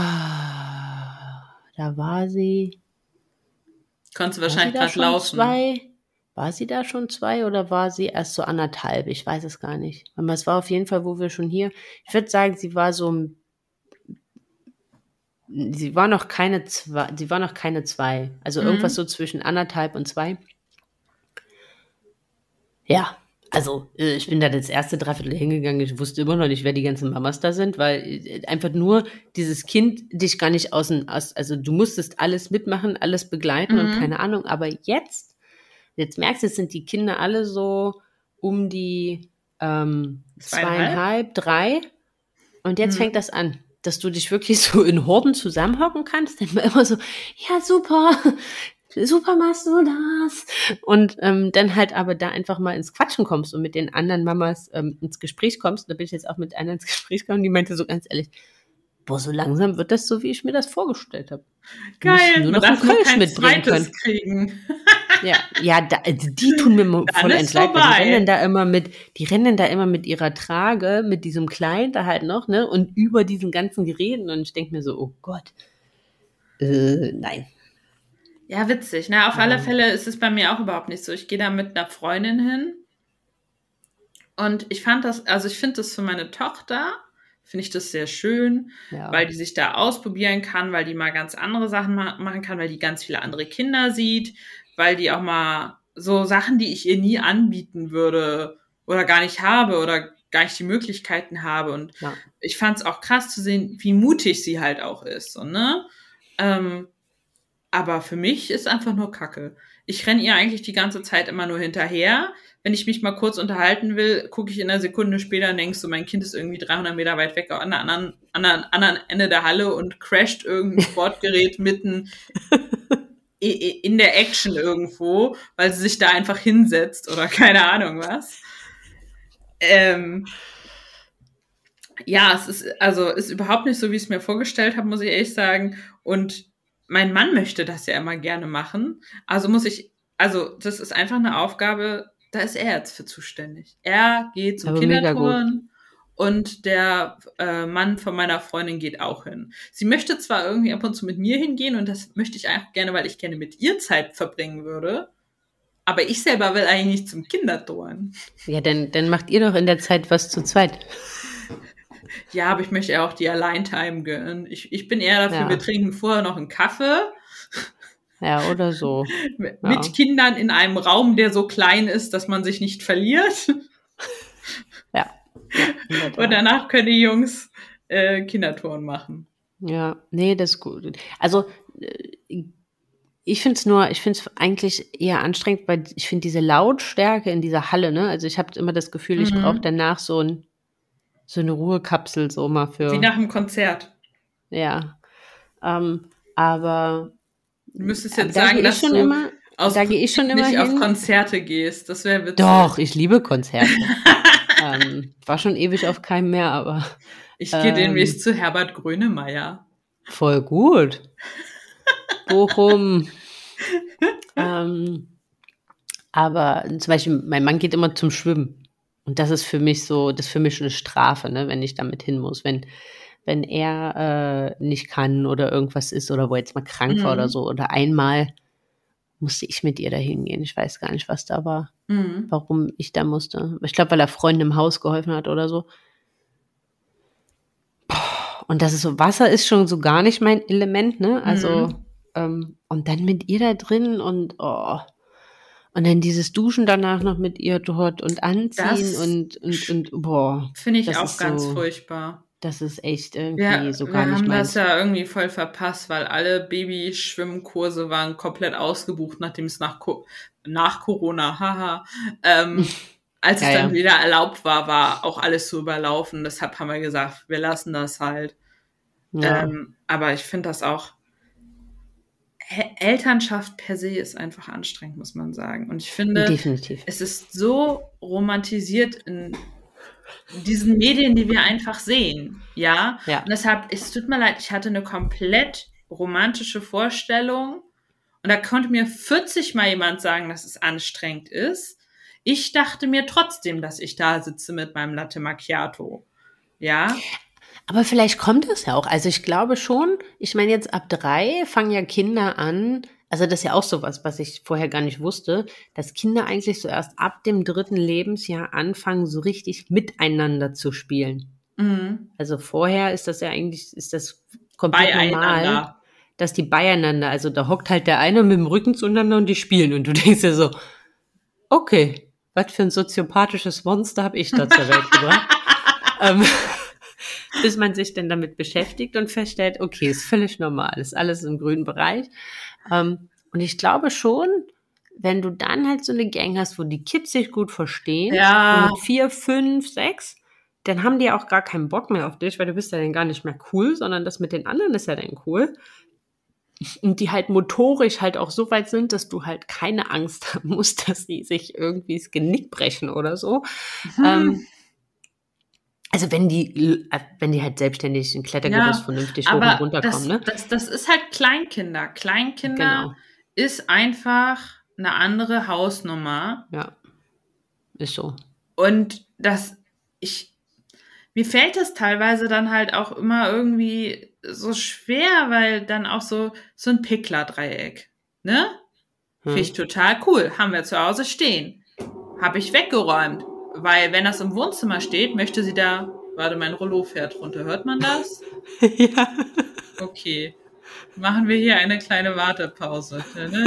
da war sie. Konntest du War sie wahrscheinlich da gerade schon laufen. 2? War sie da schon 2 oder war sie erst so 1,5? Ich weiß es gar nicht. Aber es war auf jeden Fall, wo wir schon hier. Ich würde sagen, sie war so. Sie war noch keine 2. Sie war noch keine 2. Also irgendwas so zwischen 1,5 und 2. Ja, also ich bin da das erste Dreiviertel hingegangen. Ich wusste immer noch nicht, wer die ganzen Mamas da sind, weil einfach nur dieses Kind dich gar nicht also du musstest alles mitmachen, alles begleiten und keine Ahnung. Aber jetzt merkst du, jetzt sind die Kinder alle so um die 2,5, 3. Und jetzt fängt das an, dass du dich wirklich so in Horden zusammenhocken kannst. Dann immer so, ja super, super machst du das. Und dann halt aber da einfach mal ins Quatschen kommst und mit den anderen Mamas ins Gespräch kommst. Da bin ich jetzt auch mit einer ins Gespräch gekommen, die meinte so ganz ehrlich, boah, so langsam wird das so, wie ich mir das vorgestellt habe. Du musst Geil, nur man noch einen darf nur Kölsch kein mitbringen können. zweites kriegen. Ja, also die tun mir voll ist leid, weil vorbei. die rennen da immer mit ihrer Trage, mit diesem Kleid da halt noch, ne, und über diesen ganzen Geräten und ich denke mir so, oh Gott, nein. Ja, witzig. Na, auf alle Fälle ist es bei mir auch überhaupt nicht so. Ich gehe da mit einer Freundin hin und ich finde das für meine Tochter, finde ich das sehr schön, Ja. weil die sich da ausprobieren kann, weil die mal ganz andere Sachen machen kann, weil die ganz viele andere Kinder sieht, weil die auch mal so Sachen, die ich ihr nie anbieten würde oder gar nicht habe oder gar nicht die Möglichkeiten habe. Und Ja. ich fand es auch krass zu sehen, wie mutig sie halt auch ist. So, ne? Aber für mich ist einfach nur Kacke. Ich renne ihr eigentlich die ganze Zeit immer nur hinterher. Wenn ich mich mal kurz unterhalten will, gucke ich in einer Sekunde später und denkst so, mein Kind ist irgendwie 300 Meter weit weg an der anderen Ende der Halle und crasht irgendein Sportgerät mitten in der Action irgendwo, weil sie sich da einfach hinsetzt oder keine Ahnung was. Ja, es ist überhaupt nicht so, wie ich es mir vorgestellt habe, muss ich ehrlich sagen. Und mein Mann möchte das ja immer gerne machen. Also das ist einfach eine Aufgabe, da ist er jetzt für zuständig. Er geht zum Aber mega gut. Kindertouren und der Mann von meiner Freundin geht auch hin. Sie möchte zwar irgendwie ab und zu mit mir hingehen und das möchte ich einfach gerne, weil ich gerne mit ihr Zeit verbringen würde. Aber ich selber will eigentlich nicht zum Kindertouren. Ja, dann macht ihr doch in der Zeit was zu zweit. Ja, aber ich möchte ja auch die Alleintime gönnen. Ich bin eher dafür, Ja. wir trinken vorher noch einen Kaffee Ja, oder so. Mit Ja, Kindern in einem Raum, der so klein ist, dass man sich nicht verliert. ja, ja, in der Und Tat. danach können die Jungs Kindertouren machen. Ja, nee, das ist gut. Also ich finde es eigentlich eher anstrengend, weil ich finde diese Lautstärke in dieser Halle, ne? Also ich habe immer das Gefühl, ich brauche Mhm. danach so eine Ruhekapsel so mal Wie für, nach einem Konzert. ja. Aber, Du müsstest aber jetzt sagen, dass du aus da gehe ich schon Prinzip immer nicht auf hin. Konzerte gehst. Das wäre witzig. Doch, ich liebe Konzerte. War schon ewig auf keinem mehr, aber Ich gehe demnächst ähm, zu Herbert Grönemeyer. voll gut. Bochum. Ähm, aber zum Beispiel, mein Mann geht immer zum Schwimmen. Und das ist für mich so, das ist für mich eine Strafe, ne, wenn ich damit hin muss. Wenn er nicht kann oder irgendwas ist oder wo er jetzt mal krank war oder Mhm. so. Oder einmal musste ich mit ihr dahin gehen. Ich weiß gar nicht, was da war, Mhm. warum ich da musste. Ich glaube, weil er Freunden im Haus geholfen hat oder so. Und das ist so, Wasser ist schon so gar nicht mein Element, ne? Also, Mhm. und dann mit ihr da drin und oh. Und dann dieses Duschen danach noch mit ihr dort und anziehen Das und boah, finde ich das auch ist ganz so, furchtbar. das ist echt irgendwie Wir, so gar wir nicht haben das meins. ja irgendwie voll verpasst, weil alle Babyschwimmkurse waren komplett ausgebucht, nachdem es nach Corona, haha, als es Ja, dann ja. wieder erlaubt war, war auch alles so überlaufen. Deshalb haben wir gesagt, wir lassen das halt. Ja, Aber ich finde das auch, Elternschaft per se ist einfach anstrengend, muss man sagen. Und ich finde, definitiv. es ist so romantisiert in diesen Medien, die wir einfach sehen, ja. Ja. Und deshalb, es tut mir leid, ich hatte eine komplett romantische Vorstellung und da konnte mir 40 Mal jemand sagen, dass es anstrengend ist. Ich dachte mir trotzdem, dass ich da sitze mit meinem Latte Macchiato, ja. Aber vielleicht kommt das ja auch. Also ich glaube schon, ich meine jetzt ab 3 fangen ja Kinder an, also das ist ja auch sowas, was ich vorher gar nicht wusste, dass Kinder eigentlich so erst ab dem 3. Lebensjahr anfangen, so richtig miteinander zu spielen. Mhm. Also vorher ist das ja eigentlich, ist das komplett normal, Beieinander. dass die beieinander, also da hockt halt der eine mit dem Rücken zueinander und die spielen und du denkst dir so, okay, was für ein soziopathisches Monster habe ich da zur Welt gebracht? ähm, bis man sich dann damit beschäftigt und feststellt, okay, ist völlig normal, ist alles im grünen Bereich. Und ich glaube schon, wenn du dann halt so eine Gang hast, wo die Kids sich gut verstehen, so Ja, mit 4, 5, 6, dann haben die auch gar keinen Bock mehr auf dich, weil du bist ja dann gar nicht mehr cool, sondern das mit den anderen ist ja dann cool. Und die halt motorisch halt auch so weit sind, dass du halt keine Angst haben musst, dass sie sich irgendwie das Genick brechen oder so. hm. Also wenn die halt selbstständig ein Klettergerüst Ja, vernünftig hoch und aber runter kommen, ne? das ist halt Kleinkinder. Kleinkinder Genau. ist einfach eine andere Hausnummer. Ja, ist so. Und ich, mir fällt das teilweise dann halt auch immer irgendwie so schwer, weil dann auch so ein Pickler-Dreieck, ne? Finde ich Hm. total cool. Haben wir zu Hause stehen. Habe ich weggeräumt. Weil wenn das im Wohnzimmer steht, möchte sie da, warte, mein Rollo fährt runter. Hört man das? Ja. Okay. Machen wir hier eine kleine Wartepause.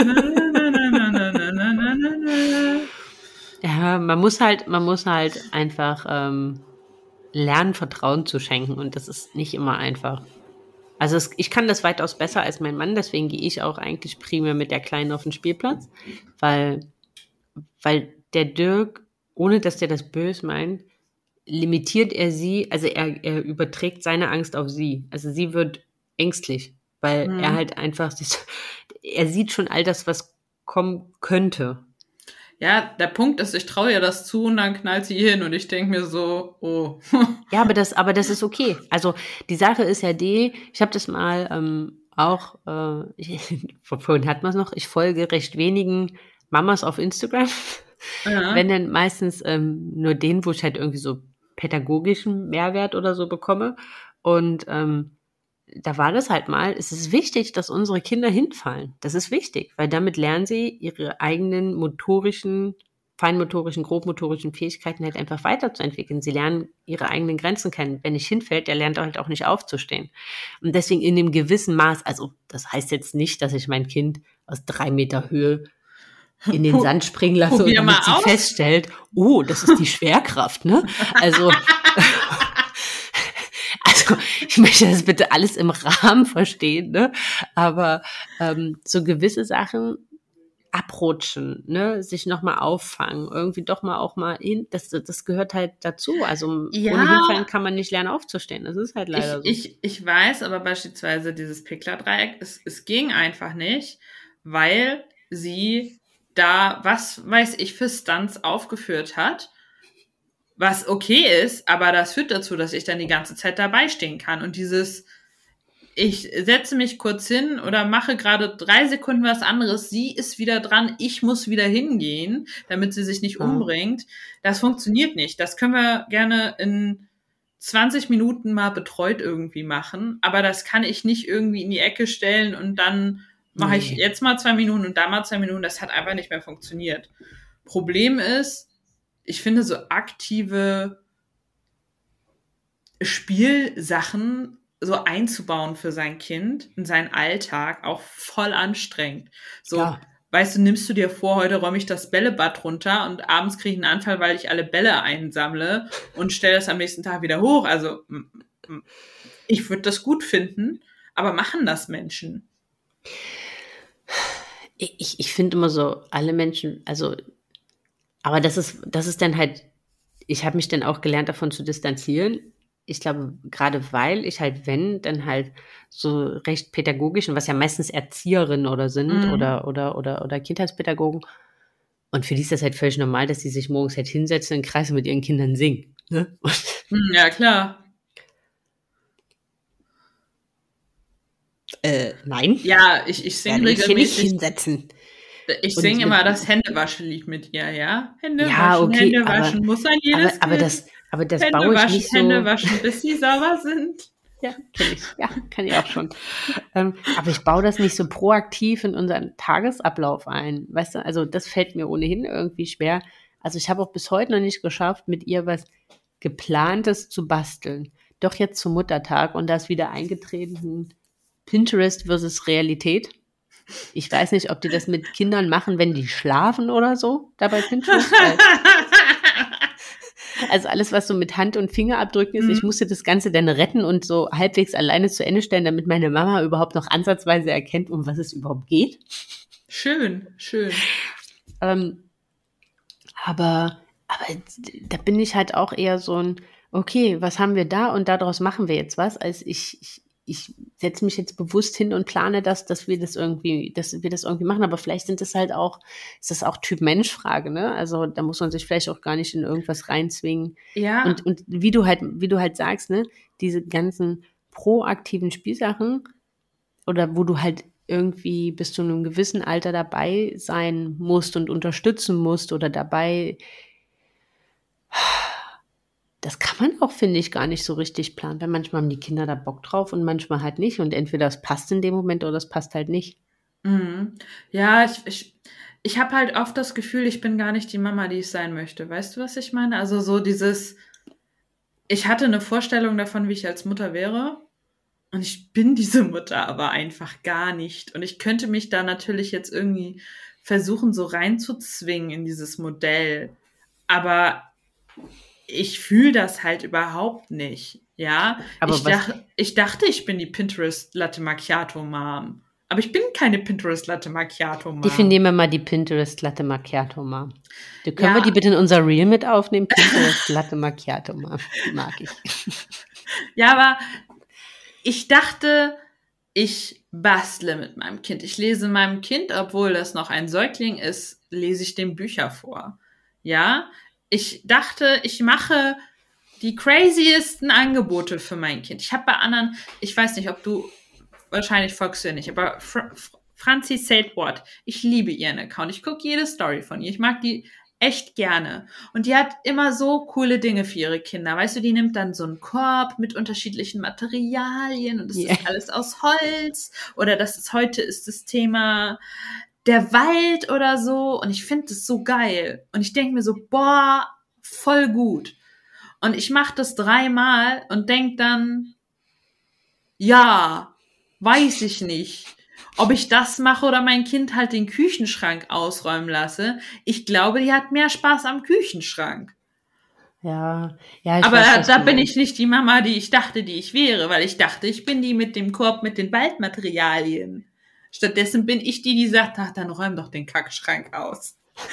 Ja, man muss halt einfach lernen, Vertrauen zu schenken und das ist nicht immer einfach. Also ich kann das weitaus besser als mein Mann, deswegen gehe ich auch eigentlich primär mit der Kleinen auf den Spielplatz, weil, weil der Dirk, ohne dass der das böse meint, limitiert er sie, also er überträgt seine Angst auf sie. Also sie wird ängstlich, weil er Hm. halt einfach, er sieht schon all das, was kommen könnte. Ja, der Punkt ist, ich traue ihr das zu und dann knallt sie hin und ich denke mir so, oh. Ja, aber das ist okay. Also die Sache ist ja die, ich habe das mal auch, vorhin hat man es noch, ich folge recht wenigen Mamas auf Instagram, wenn Ja. dann meistens nur denen, wo ich halt irgendwie so pädagogischen Mehrwert oder so bekomme. Und da war das halt mal, es ist wichtig, dass unsere Kinder hinfallen. Das ist wichtig, weil damit lernen sie ihre eigenen motorischen, feinmotorischen, grobmotorischen Fähigkeiten halt einfach weiterzuentwickeln. Sie lernen ihre eigenen Grenzen kennen. Wer nicht hinfällt, der lernt halt auch nicht aufzustehen. Und deswegen in dem gewissen Maß, also das heißt jetzt nicht, dass ich mein Kind aus 3 Meter Höhe in den Sand springen lasse und probier mal damit sie aus. feststellt, oh, das ist die Schwerkraft, ne? Also ich möchte das bitte alles im Rahmen verstehen, ne? Aber so gewisse Sachen abrutschen, ne? Sich nochmal auffangen, irgendwie doch mal auch mal hin, das gehört halt dazu. Also ohne hinfallen kann man nicht lernen aufzustehen. Das ist halt leider so. Ich weiß, aber beispielsweise dieses Pickler-Dreieck, es ging einfach nicht, weil sie da, was weiß ich, für Stunts aufgeführt hat, was okay ist, aber das führt dazu, dass ich dann die ganze Zeit dabei stehen kann. Und dieses, ich setze mich kurz hin oder mache gerade 3 Sekunden was anderes, sie ist wieder dran, ich muss wieder hingehen, damit sie sich nicht umbringt. Das funktioniert nicht. Das können wir gerne in 20 Minuten mal betreut irgendwie machen, aber das kann ich nicht irgendwie in die Ecke stellen und dann mache ich jetzt mal 2 Minuten und da mal 2 Minuten. Das hat einfach nicht mehr funktioniert. Problem ist, ich finde so aktive Spielsachen so einzubauen für sein Kind in seinen Alltag auch voll anstrengend. So, weißt du, nimmst du dir vor, heute räume ich das Bällebad runter und abends kriege ich einen Anfall, weil ich alle Bälle einsammle und stelle das am nächsten Tag wieder hoch. Also ich würde das gut finden, aber machen das Menschen? Ich finde immer so, alle Menschen, also, aber das ist dann halt, ich habe mich dann auch gelernt, davon zu distanzieren. Ich glaube, gerade weil ich halt, wenn, dann halt so recht pädagogisch, und was ja meistens Erzieherinnen oder sind oder Kindheitspädagogen. Und für die ist das halt völlig normal, dass die sich morgens halt hinsetzen und in Kreise mit ihren Kindern singen. Ne? Ja, klar. Nein. Ja, ich singe regelmäßig. Nicht hinsetzen. Ich singe immer das Händewaschelied mit ihr, ja? Hände waschen, muss ein jedes aber das Hände baue ich waschen, nicht so. Hände waschen, bis sie sauber sind. Ja, kenne ich. Ja, kann ich auch schon. Aber ich baue das nicht so proaktiv in unseren Tagesablauf ein. Weißt du, also das fällt mir ohnehin irgendwie schwer. Also ich habe auch bis heute noch nicht geschafft, mit ihr was Geplantes zu basteln. Doch jetzt zum Muttertag und da ist wieder eingetreten Pinterest versus Realität. Ich weiß nicht, ob die das mit Kindern machen, wenn die schlafen oder so, da bei Pinterest. Also alles, was so mit Hand- und Fingerabdrücken ist, ich musste das Ganze dann retten und so halbwegs alleine zu Ende stellen, damit meine Mama überhaupt noch ansatzweise erkennt, um was es überhaupt geht. Schön. Aber da bin ich halt auch eher so ein, okay, was haben wir da und daraus machen wir jetzt was, als ich setze mich jetzt bewusst hin und plane dass wir das irgendwie machen, aber vielleicht ist das auch Typ-Mensch-Frage, ne? Also da muss man sich vielleicht auch gar nicht in irgendwas reinzwingen. Ja. Und wie du halt sagst, ne, diese ganzen proaktiven Spielsachen oder wo du halt irgendwie bis zu einem gewissen Alter dabei sein musst und unterstützen musst oder dabei, das kann man auch, finde ich, gar nicht so richtig planen, weil manchmal haben die Kinder da Bock drauf und manchmal halt nicht und entweder das passt in dem Moment oder das passt halt nicht. Mhm. Ja, ich habe halt oft das Gefühl, ich bin gar nicht die Mama, die ich sein möchte. Weißt du, was ich meine? Also so dieses, ich hatte eine Vorstellung davon, wie ich als Mutter wäre und ich bin diese Mutter aber einfach gar nicht. Und ich könnte mich da natürlich jetzt irgendwie versuchen, so reinzuzwingen in dieses Modell. Aber ich fühle das halt überhaupt nicht, ja. Aber ich dachte, ich bin die Pinterest Latte Macchiato Mom. Aber ich bin keine Pinterest Latte Macchiato Mom. Definieren wir mal die Pinterest Latte Macchiato Mom. Können wir die bitte in unser Reel mit aufnehmen? Pinterest Latte Macchiato Mom. Die mag ich. Ja, aber ich dachte, ich bastle mit meinem Kind. Ich lese meinem Kind, obwohl das noch ein Säugling ist, lese ich dem Bücher vor. Ja, ich dachte, ich mache die craziesten Angebote für mein Kind. Ich habe bei anderen, ich weiß nicht, ob du, wahrscheinlich folgst du ja nicht, aber Franzi Said What, ich liebe ihren Account. Ich gucke jede Story von ihr. Ich mag die echt gerne. Und die hat immer so coole Dinge für ihre Kinder. Weißt du, die nimmt dann so einen Korb mit unterschiedlichen Materialien und das ist alles aus Holz. Oder heute ist das Thema der Wald oder so. Und ich finde das so geil. Und ich denke mir so, boah, voll gut. Und ich mache das 3-mal und denke dann, ja, weiß ich nicht. ob ich das mache oder mein Kind halt den Küchenschrank ausräumen lasse. Ich glaube, die hat mehr Spaß am Küchenschrank. Ja, ich Aber weiß, was da du bin meinst. ich nicht die Mama, die ich dachte, die ich wäre, weil ich dachte, ich bin die mit dem Korb mit den Waldmaterialien. Stattdessen bin ich die sagt, ach, dann räum doch den Kackschrank aus.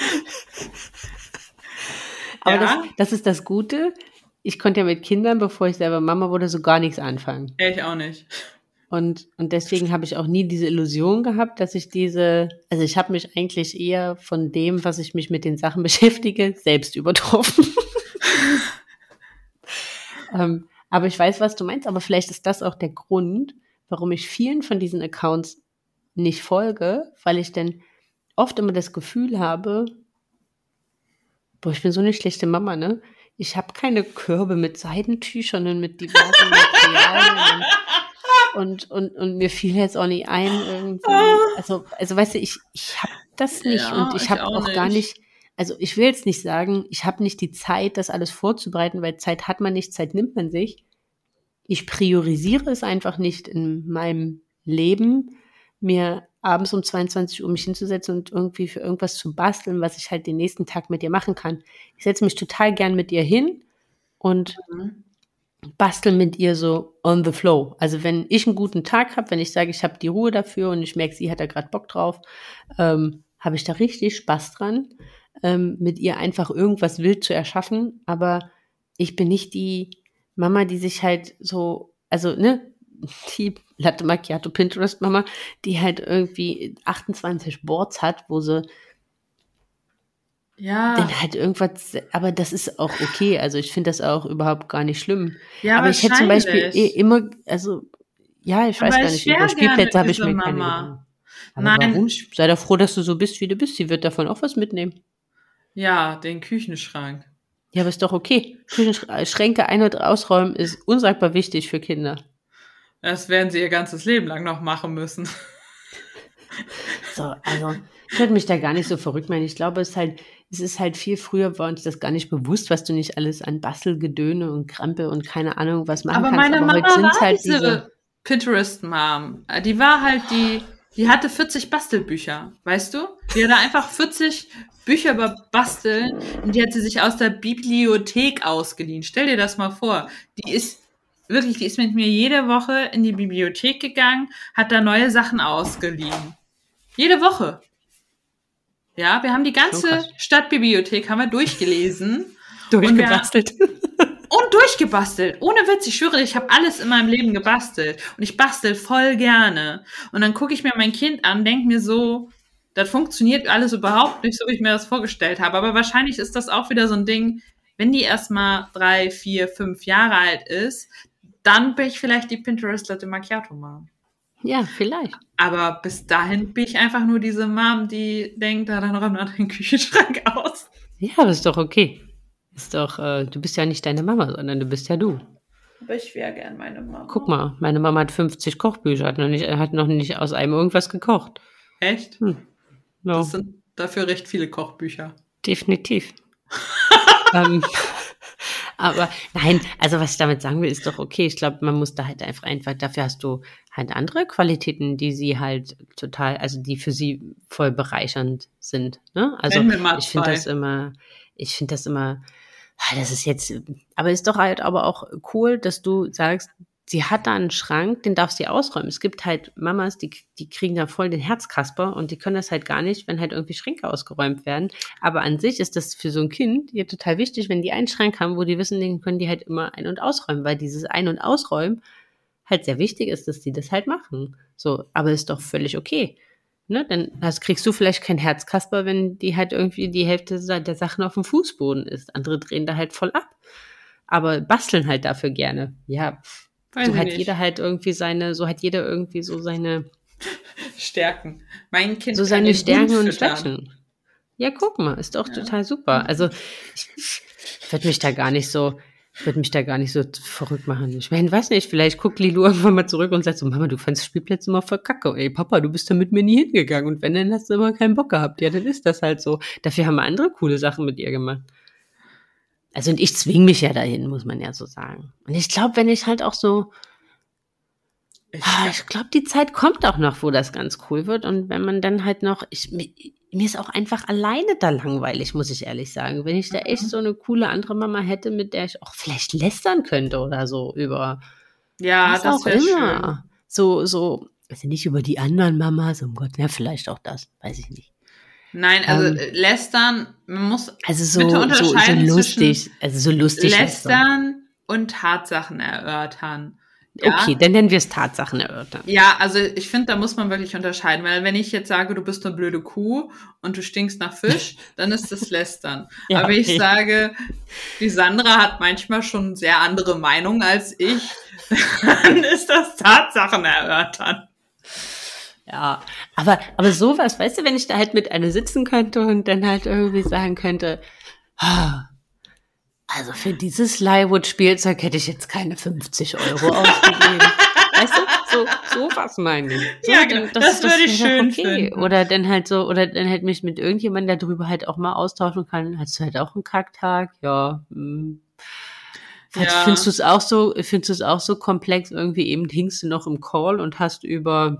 Aber Ja, das ist das Gute. Ich konnte ja mit Kindern, bevor ich selber Mama wurde, so gar nichts anfangen. ich auch nicht. Und deswegen habe ich auch nie diese Illusion gehabt, dass ich also ich habe mich eigentlich eher von dem, was ich mich mit den Sachen beschäftige, selbst übertroffen. Aber ich weiß, was du meinst, aber vielleicht ist das auch der Grund, warum ich vielen von diesen Accounts nicht folge, weil ich dann oft immer das Gefühl habe, boah, ich bin so eine schlechte Mama, ne? Ich habe keine Körbe mit Seidentüchern und mit diversen Materialien und mir fiel jetzt auch nicht ein irgendwie. Also weißt du, ich habe das nicht Ja, und ich ich habe auch auch gar nicht. nicht, also ich will jetzt nicht sagen, ich habe nicht die Zeit, das alles vorzubereiten, weil Zeit hat man nicht, Zeit nimmt man sich. Ich priorisiere es einfach nicht in meinem Leben, mir abends um 22 Uhr mich hinzusetzen und irgendwie für irgendwas zu basteln, was ich halt den nächsten Tag mit ihr machen kann. Ich setze mich total gern mit ihr hin und bastel mit ihr so on the flow. Also wenn ich einen guten Tag habe, wenn ich sage, ich habe die Ruhe dafür und ich merke, sie hat da gerade Bock drauf, habe ich da richtig Spaß dran, mit ihr einfach irgendwas wild zu erschaffen. Aber ich bin nicht die Mama, die sich halt so, also ne, die Latte Macchiato Pinterest Mama, die halt irgendwie 28 Boards hat, wo sie Ja, dann halt irgendwas, aber das ist auch okay. Also ich finde das auch überhaupt gar nicht schlimm. ja, Aber ich hätte zum Beispiel wahrscheinlich. immer, also ja, ich weiß Aber gar ich nicht, über wäre gerne Spielplätze habe ich diese mir keine Mama. Gedanken. Aber Nein, warum? Sei doch froh, dass du so bist, wie du bist. Sie wird davon auch was mitnehmen. ja, den Küchenschrank. Ja, aber ist doch okay. Küchenschränke ein- und ausräumen ist unsagbar wichtig für Kinder. Das werden sie ihr ganzes Leben lang noch machen müssen. So, also ich würde mich da gar nicht so verrückt machen. Ich glaube, es ist halt viel früher war uns das gar nicht bewusst, was du nicht alles an Bastelgedöne und Krampe und keine Ahnung was machen Aber kannst. meine Aber Mama heute sind es war halt diese Pinterest-Mom. Die war halt die hatte 40 Bastelbücher, weißt du? Die hatte einfach 40 Bücher über Basteln und die hat sie sich aus der Bibliothek ausgeliehen. Stell dir das mal vor. Die ist mit mir jede Woche in die Bibliothek gegangen, hat da neue Sachen ausgeliehen. Jede Woche. Ja, wir haben die schon ganze krass Stadtbibliothek haben wir durchgelesen. durchgebastelt. Und durchgebastelt. Ohne Witz, ich schwöre, ich habe alles in meinem Leben gebastelt. Und ich bastel voll gerne. Und dann gucke ich mir mein Kind an, denke mir so, das funktioniert alles überhaupt nicht so, wie ich mir das vorgestellt habe. Aber wahrscheinlich ist das auch wieder so ein Ding, wenn die erst mal 3, 4, 5 Jahre alt ist, dann bin ich vielleicht die Pinterest Latte Macchiato Mom. Ja, vielleicht. Aber bis dahin bin ich einfach nur diese Mom, die denkt, dann räumt man den Küchenschrank aus. Ja, aber ist doch okay. Ist doch, du bist ja nicht deine Mama, sondern du bist ja du. Aber ich wäre gern meine Mama. Guck mal, meine Mama hat 50 Kochbücher, hat noch nicht aus einem irgendwas gekocht. Echt? Ja, Das sind dafür recht viele Kochbücher. definitiv. Aber nein, also was ich damit sagen will, ist doch okay. Ich glaube, man muss da halt einfach, dafür hast du halt andere Qualitäten, die sie halt total, also die für sie voll bereichernd sind. Ne? Also Nenn mir mal ich finde zwei. das immer, das ist jetzt, aber ist doch halt aber auch cool, dass du sagst, sie hat da einen Schrank, den darf sie ausräumen. Es gibt halt Mamas, die kriegen da voll den Herzkasper und die können das halt gar nicht, wenn halt irgendwie Schränke ausgeräumt werden. Aber an sich ist das für so ein Kind ja total wichtig, wenn die einen Schrank haben, wo die wissen, den können die halt immer ein- und ausräumen, weil dieses Ein- und Ausräumen halt sehr wichtig ist, dass die das halt machen. So, aber ist doch völlig okay. Ne? Dann kriegst du vielleicht kein Herzkasper, wenn die halt irgendwie die Hälfte der Sachen auf dem Fußboden ist. Andere drehen da halt voll ab. Aber basteln halt dafür gerne. Ja, Weiß so ich hat nicht. jeder halt irgendwie so hat jeder irgendwie so seine Stärken. Mein Kind so kann seine den Stärken Hund und füttern. Schwächen. Ja, guck mal, ist doch total super. Also ich würde mich da gar nicht so, verrückt machen. Ich meine, weiß nicht, vielleicht guckt Lilo irgendwann mal zurück und sagt so, Mama, du fandst Spielplätze immer voll kacke. Ey, Papa, du bist da mit mir nie hingegangen. Und wenn, dann hast du immer keinen Bock gehabt. Ja, dann ist das halt so. Dafür haben wir andere coole Sachen mit ihr gemacht. Also und ich zwinge mich ja dahin, muss man ja so sagen. Und ich glaube, wenn ich halt auch so Ich glaube, die Zeit kommt auch noch, wo das ganz cool wird. Und wenn man dann halt noch, mir ist auch einfach alleine da langweilig, muss ich ehrlich sagen. Wenn ich da echt so eine coole andere Mama hätte, mit der ich auch vielleicht lästern könnte oder so über Ja, was das auch wäre schön. immer. Also nicht über die anderen Mamas, um Gott, ja, vielleicht auch das, weiß ich nicht. Nein, also lästern, man muss Also bitte so unterscheiden lustig, zwischen also so lustig lästern. lästern und Tatsachen erörtern. Ja? Okay, dann nennen wir es Tatsachen erörtern. Ja, also ich finde, da muss man wirklich unterscheiden, weil wenn ich jetzt sage, du bist eine blöde Kuh und du stinkst nach Fisch, dann ist das Lästern. Ja, Aber wenn ich okay. sage, die Sandra hat manchmal schon sehr andere Meinungen als ich, dann ist das Tatsachen erörtern. Ja, aber sowas, weißt du, wenn ich da halt mit einer sitzen könnte und dann halt irgendwie sagen könnte, also für dieses Leihwood-Spielzeug hätte ich jetzt keine 50 Euro ausgegeben. Weißt du, sowas meine ich. So, Ja, genau, das würde ich schön finden. Oder dann halt mich mit irgendjemandem darüber halt auch mal austauschen kann. Hast du halt auch einen Kacktag? Ja. Findest du es auch so komplex? Irgendwie eben hingst du noch im Call und hast über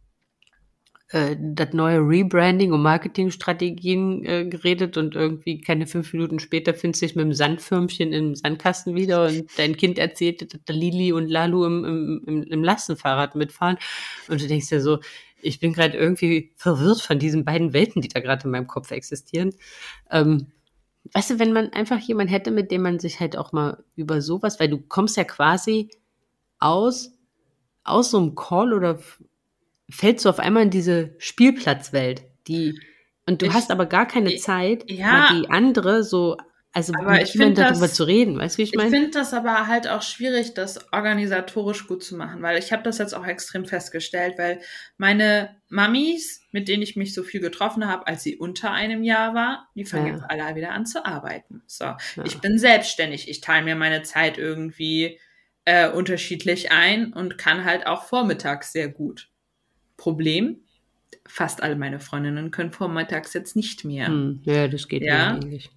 das neue Rebranding und Marketingstrategien geredet und irgendwie keine 5 Minuten später findest du dich mit dem Sandförmchen im Sandkasten wieder und dein Kind erzählt, dass da Lili und Lalu im Lastenfahrrad mitfahren und du denkst dir so, ich bin gerade irgendwie verwirrt von diesen beiden Welten, die da gerade in meinem Kopf existieren. Weißt du, wenn man einfach jemanden hätte, mit dem man sich halt auch mal über sowas, weil du kommst ja quasi aus so einem Call oder fällst du auf einmal in diese Spielplatzwelt, und du hast aber gar keine Zeit, mal die andere mit jemandem darüber zu reden, weißt du, wie ich meine? Ich finde das aber halt auch schwierig, das organisatorisch gut zu machen, weil ich habe das jetzt auch extrem festgestellt, weil meine Mamis, mit denen ich mich so viel getroffen habe, als sie unter einem Jahr war, die fangen jetzt alle wieder an zu arbeiten. So, ich bin selbstständig, ich teile mir meine Zeit irgendwie unterschiedlich ein und kann halt auch vormittags sehr gut. Problem, fast alle meine Freundinnen können vormittags jetzt nicht mehr. Ja, das geht mir ähnlich.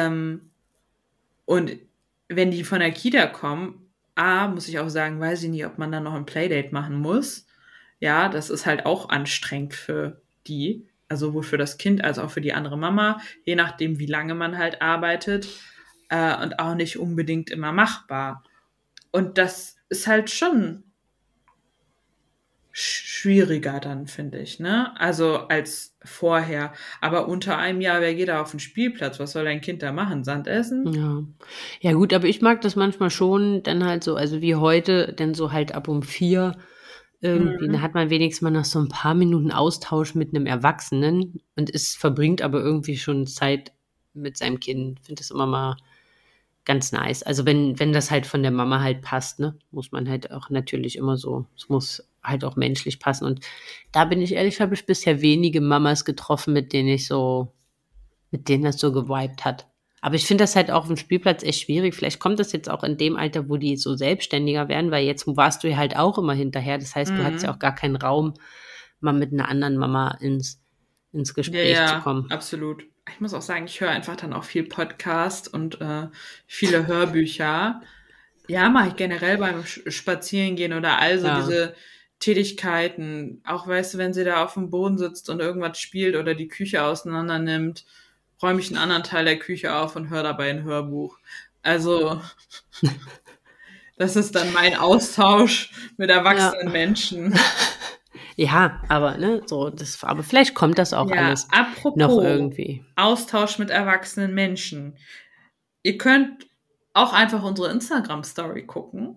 Und wenn die von der Kita kommen, muss ich auch sagen, weiß ich nicht, ob man dann noch ein Playdate machen muss. Ja, das ist halt auch anstrengend für die, also sowohl für das Kind als auch für die andere Mama, je nachdem, wie lange man halt arbeitet und auch nicht unbedingt immer machbar. Und das ist halt schon schwieriger dann, finde ich, ne? Also als vorher. Aber unter einem Jahr, wer geht da auf den Spielplatz? Was soll dein Kind da machen? Sand essen? Ja. Ja gut, aber ich mag das manchmal schon dann halt so, also wie heute, dann so halt ab um 4 irgendwie, da hat man wenigstens mal noch so ein paar Minuten Austausch mit einem Erwachsenen und verbringt aber irgendwie schon Zeit mit seinem Kind. Ich finde das immer mal ganz nice. Also wenn das halt von der Mama halt passt, ne, muss man halt auch natürlich immer so, es muss halt auch menschlich passen. Und da bin ich ehrlich, habe ich bisher wenige Mamas getroffen, mit denen das so gewiped hat. Aber ich finde das halt auch auf dem Spielplatz echt schwierig. Vielleicht kommt das jetzt auch in dem Alter, wo die so selbstständiger werden, weil jetzt warst du ja halt auch immer hinterher. Das heißt, du hattest ja auch gar keinen Raum, mal mit einer anderen Mama ins Gespräch zu kommen. Ja, absolut. Ich muss auch sagen, ich höre einfach dann auch viel Podcast und viele Hörbücher. Ja, mache ich generell beim Spazierengehen oder diese Tätigkeiten. Auch, weißt du, wenn sie da auf dem Boden sitzt und irgendwas spielt oder die Küche auseinander nimmt, räume ich einen anderen Teil der Küche auf und höre dabei ein Hörbuch. Also, das ist dann mein Austausch mit erwachsenen Menschen. Ja, aber aber vielleicht kommt das auch alles noch irgendwie. Austausch mit erwachsenen Menschen. Ihr könnt auch einfach unsere Instagram-Story gucken.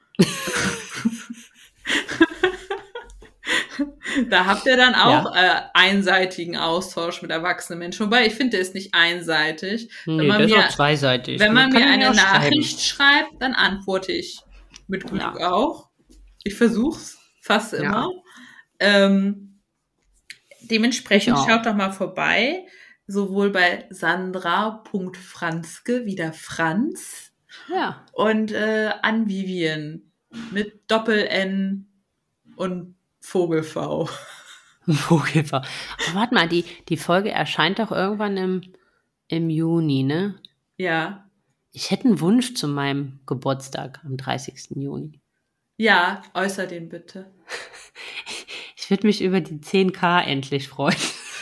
Da habt ihr dann auch einseitigen Austausch mit erwachsenen Menschen. Wobei, ich finde, der ist nicht einseitig. Nee, der ist auch zweiseitig. Wenn man mir eine Nachricht schreibt, dann antworte ich mit Glück auch. Ich versuch's fast immer. Dementsprechend schaut doch mal vorbei, sowohl bei Sandra.Franzke, wie der Franz, und an Vivian mit Doppel-N und Vogel-V. Vogel-V. Aber warte mal, die Folge erscheint doch irgendwann im Juni, ne? Ja. Ich hätte einen Wunsch zu meinem Geburtstag am 30. Juni. Ja, äußer den bitte. Ich würde mich über die 10.000 endlich freuen.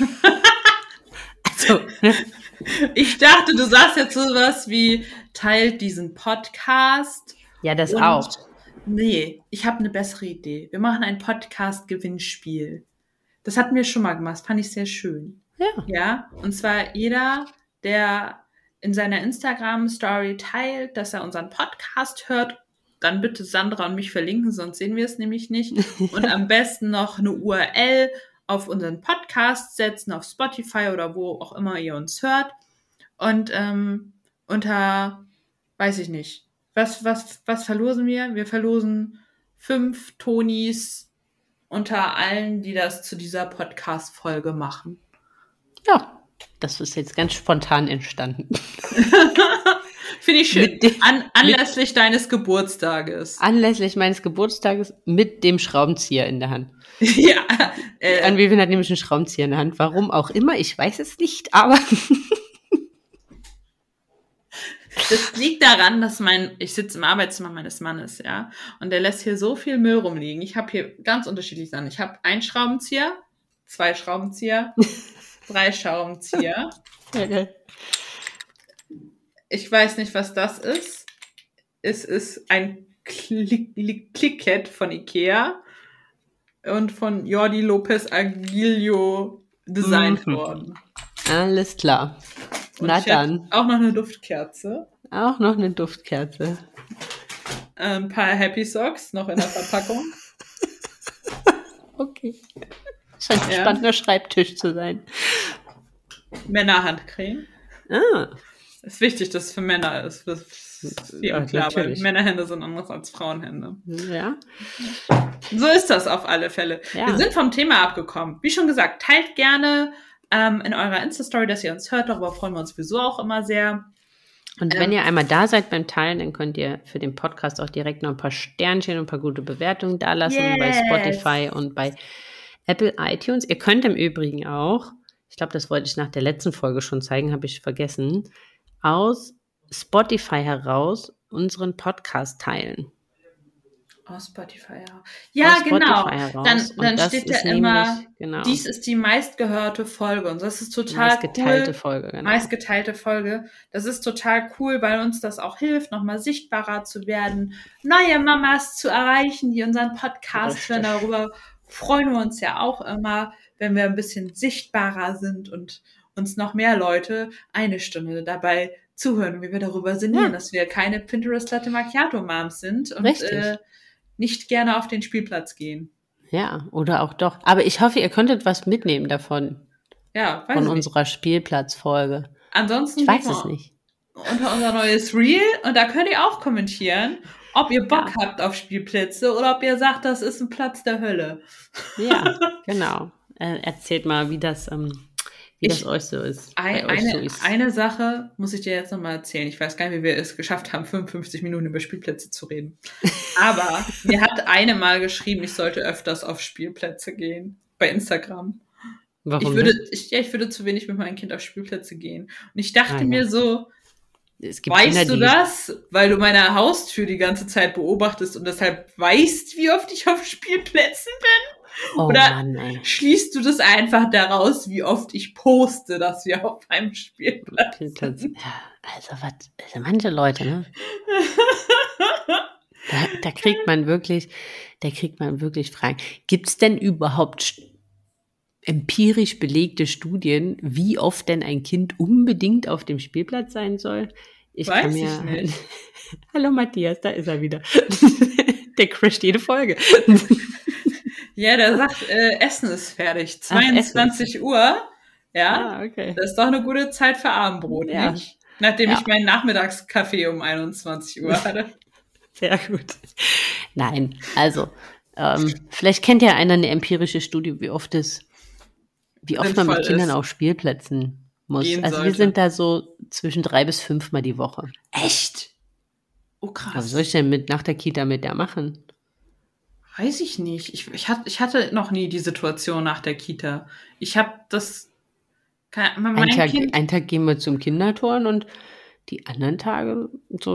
Also, ne? Ich dachte, du sagst jetzt sowas wie, teilt diesen Podcast. Ja, das Und auch. nee, ich habe eine bessere Idee. Wir machen ein Podcast-Gewinnspiel. Das hatten wir schon mal gemacht, das fand ich sehr schön. Ja. Ja, und zwar jeder, der in seiner Instagram-Story teilt, dass er unseren Podcast hört, dann bitte Sandra und mich verlinken, sonst sehen wir es nämlich nicht. Und am besten noch eine URL auf unseren Podcast setzen, auf Spotify oder wo auch immer ihr uns hört. Und unter, weiß ich nicht, was verlosen wir? Wir verlosen 5 Tonis unter allen, die das zu dieser Podcast-Folge machen. Ja, das ist jetzt ganz spontan entstanden. Finde ich schön. Anlässlich deines Geburtstages. Anlässlich meines Geburtstages mit dem Schraubenzieher in der Hand. Ja. An Vivian hat nämlich einen Schraubenzieher in der Hand. Warum auch immer, ich weiß es nicht, aber... Das liegt daran, dass ich sitze im Arbeitszimmer meines Mannes, ja, und der lässt hier so viel Müll rumliegen. Ich habe hier ganz unterschiedlich Sachen. Ich habe einen Schraubenzieher, 2 Schraubenzieher, 3 Schraubenzieher. Okay. Ich weiß nicht, was das ist. Es ist ein Clicket von Ikea und von Jordi Lopez Aguilio designt worden. Alles klar. Und Na ich dann. Auch noch eine Duftkerze. Auch noch eine Duftkerze. Ein paar Happy Socks noch in der Verpackung. Okay. Scheint ein spannender Schreibtisch zu sein. Männerhandcreme. Ah. Ist wichtig, dass es für Männer ist. Das ist klar, weil Männerhände sind anders als Frauenhände. Ja. So ist das auf alle Fälle. Ja. Wir sind vom Thema abgekommen. Wie schon gesagt, teilt gerne in eurer Insta-Story, dass ihr uns hört. Darüber freuen wir uns sowieso auch immer sehr. Und wenn ihr einmal da seid beim Teilen, dann könnt ihr für den Podcast auch direkt noch ein paar Sternchen und ein paar gute Bewertungen dalassen bei Spotify und bei Apple iTunes. Ihr könnt im Übrigen auch, ich glaube, das wollte ich nach der letzten Folge schon zeigen, habe ich vergessen, aus Spotify heraus unseren Podcast teilen. Aus Spotify, ja. Ja, aus genau. Heraus. Dann steht da immer, dies ist die meistgehörte Folge. Und das ist total meistgeteilte cool. Folge, genau. Meistgeteilte Folge. Das ist total cool, weil uns das auch hilft, nochmal sichtbarer zu werden, neue Mamas zu erreichen, die unseren Podcast hören. Darüber freuen wir uns ja auch immer, wenn wir ein bisschen sichtbarer sind und uns noch mehr Leute eine Stunde dabei zuhören, wie wir darüber sinnieren, dass wir keine Pinterest-Latte Macchiato-Moms sind und nicht gerne auf den Spielplatz gehen. Ja, oder auch doch. Aber ich hoffe, ihr konntet was mitnehmen davon. Ja, von unserer Spielplatzfolge. Ansonsten ich weiß es nicht. Unter unser neues Reel und da könnt ihr auch kommentieren, ob ihr Bock habt auf Spielplätze oder ob ihr sagt, das ist ein Platz der Hölle. Ja, genau. Erzählt mal, wie das euch so ist. Eine Sache muss ich dir jetzt nochmal erzählen. Ich weiß gar nicht, wie wir es geschafft haben, 55 Minuten über Spielplätze zu reden. Aber mir hat eine mal geschrieben, ich sollte öfters auf Spielplätze gehen. Bei Instagram. Warum? Ich würde zu wenig mit meinem Kind auf Spielplätze gehen. Und ich dachte mir so, weißt Kinder, du das? Weil du meine Haustür die ganze Zeit beobachtest und deshalb weißt, wie oft ich auf Spielplätzen bin? Oder Mann, schließt du das einfach daraus, wie oft ich poste, dass wir auf einem Spielplatz sind? Ja, also manche Leute, ne? da kriegt man wirklich Fragen. Gibt es denn überhaupt empirisch belegte Studien, wie oft denn ein Kind unbedingt auf dem Spielplatz sein soll? Weiß ich nicht. Hallo Matthias, da ist er wieder. Der crasht jede Folge. Ja, der sagt, Essen ist fertig. 22 Uhr. Ja, okay. Das ist doch eine gute Zeit für Abendbrot, nicht? Nachdem ich meinen Nachmittagskaffee um 21 Uhr hatte. Sehr gut. Nein, also, vielleicht kennt ja einer eine empirische Studie, wie oft man mit Kindern auf Spielplätzen muss. Also wir sind da so zwischen 3 bis 5 Mal die Woche. Echt? Oh, krass. Was soll ich denn nach der Kita mit der machen? Weiß ich nicht. Ich hatte noch nie die Situation nach der Kita. Ich habe das... Einen Tag gehen wir zum Kinderturnen und die anderen Tage so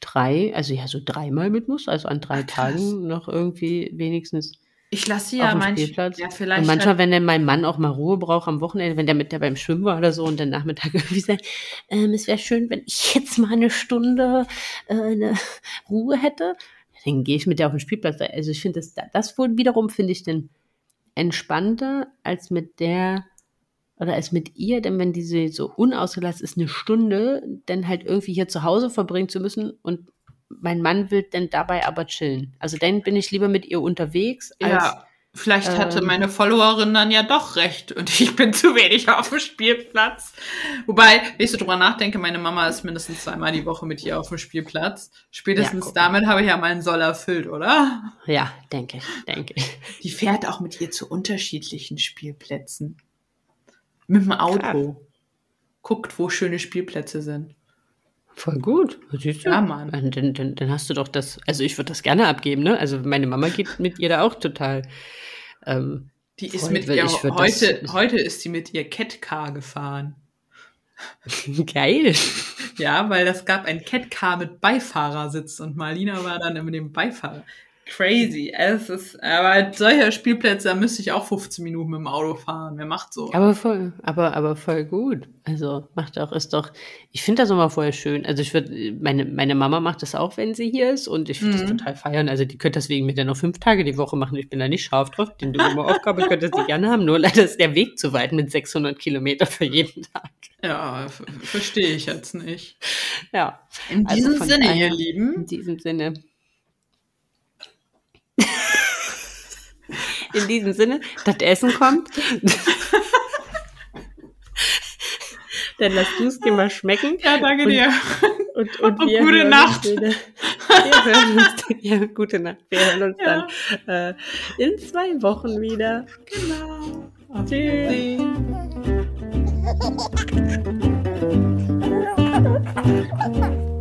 so 3-mal mit muss, also an 3 Tagen noch irgendwie wenigstens Ich lasse auf ja dem Spielplatz. ja Und vielleicht manchmal, wenn dann mein Mann auch mal Ruhe braucht am Wochenende, wenn der mit der beim Schwimmen war oder so und dann Nachmittag irgendwie sagt, es wäre schön, wenn ich jetzt mal eine Stunde eine Ruhe hätte, dann gehe ich mit der auf den Spielplatz. Also ich finde das wohl wiederum finde ich dann entspannter als mit der oder als mit ihr, denn wenn diese so unausgelastet ist, eine Stunde, dann halt irgendwie hier zu Hause verbringen zu müssen und mein Mann will dann dabei aber chillen. Also dann bin ich lieber mit ihr unterwegs, als ja, vielleicht hatte meine Followerin dann ja doch recht und ich bin zu wenig auf dem Spielplatz. Wobei, wenn ich so drüber nachdenke, meine Mama ist mindestens 2-mal die Woche mit ihr auf dem Spielplatz. Spätestens guck mal. damit habe ich ja meinen Soll erfüllt, oder? Ja, denke ich. Die fährt auch mit ihr zu unterschiedlichen Spielplätzen. Mit dem Auto. Guckt, wo schöne Spielplätze sind. Voll gut. Siehst du? Ja, Mann. Dann hast du doch das, also ich würde das gerne abgeben, ne? Also meine Mama geht mit ihr da auch total. Die ist voll, mit weil ihr, ich würd heute ist sie mit ihr Catcar gefahren. Geil. Ja, weil das gab ein Catcar mit Beifahrersitz und Marlina war dann in dem Beifahrer. Crazy. Aber solche Spielplätze, da müsste ich auch 15 Minuten mit dem Auto fahren. Wer macht so? Aber voll gut. Also ich finde das immer voll schön. Also meine Mama macht das auch, wenn sie hier ist und ich finde das total feiern. Also die könnte deswegen mit der noch 5 Tage die Woche machen. Ich bin da nicht scharf drauf. Die dumme Aufgabe könnte sie gerne haben. Nur leider ist der Weg zu weit mit 600 Kilometer für jeden Tag. Ja, verstehe ich jetzt nicht. Ja. In diesem Sinne, ihr Lieben. In diesem Sinne. In diesem Sinne, das Essen kommt. Dann lass du es dir mal schmecken. Ja, danke dir. Und wir gute Nacht. Wir hören uns ja, gute Nacht. Wir hören uns dann in 2 Wochen wieder. Genau. Auf Wiedersehen. Tschüss.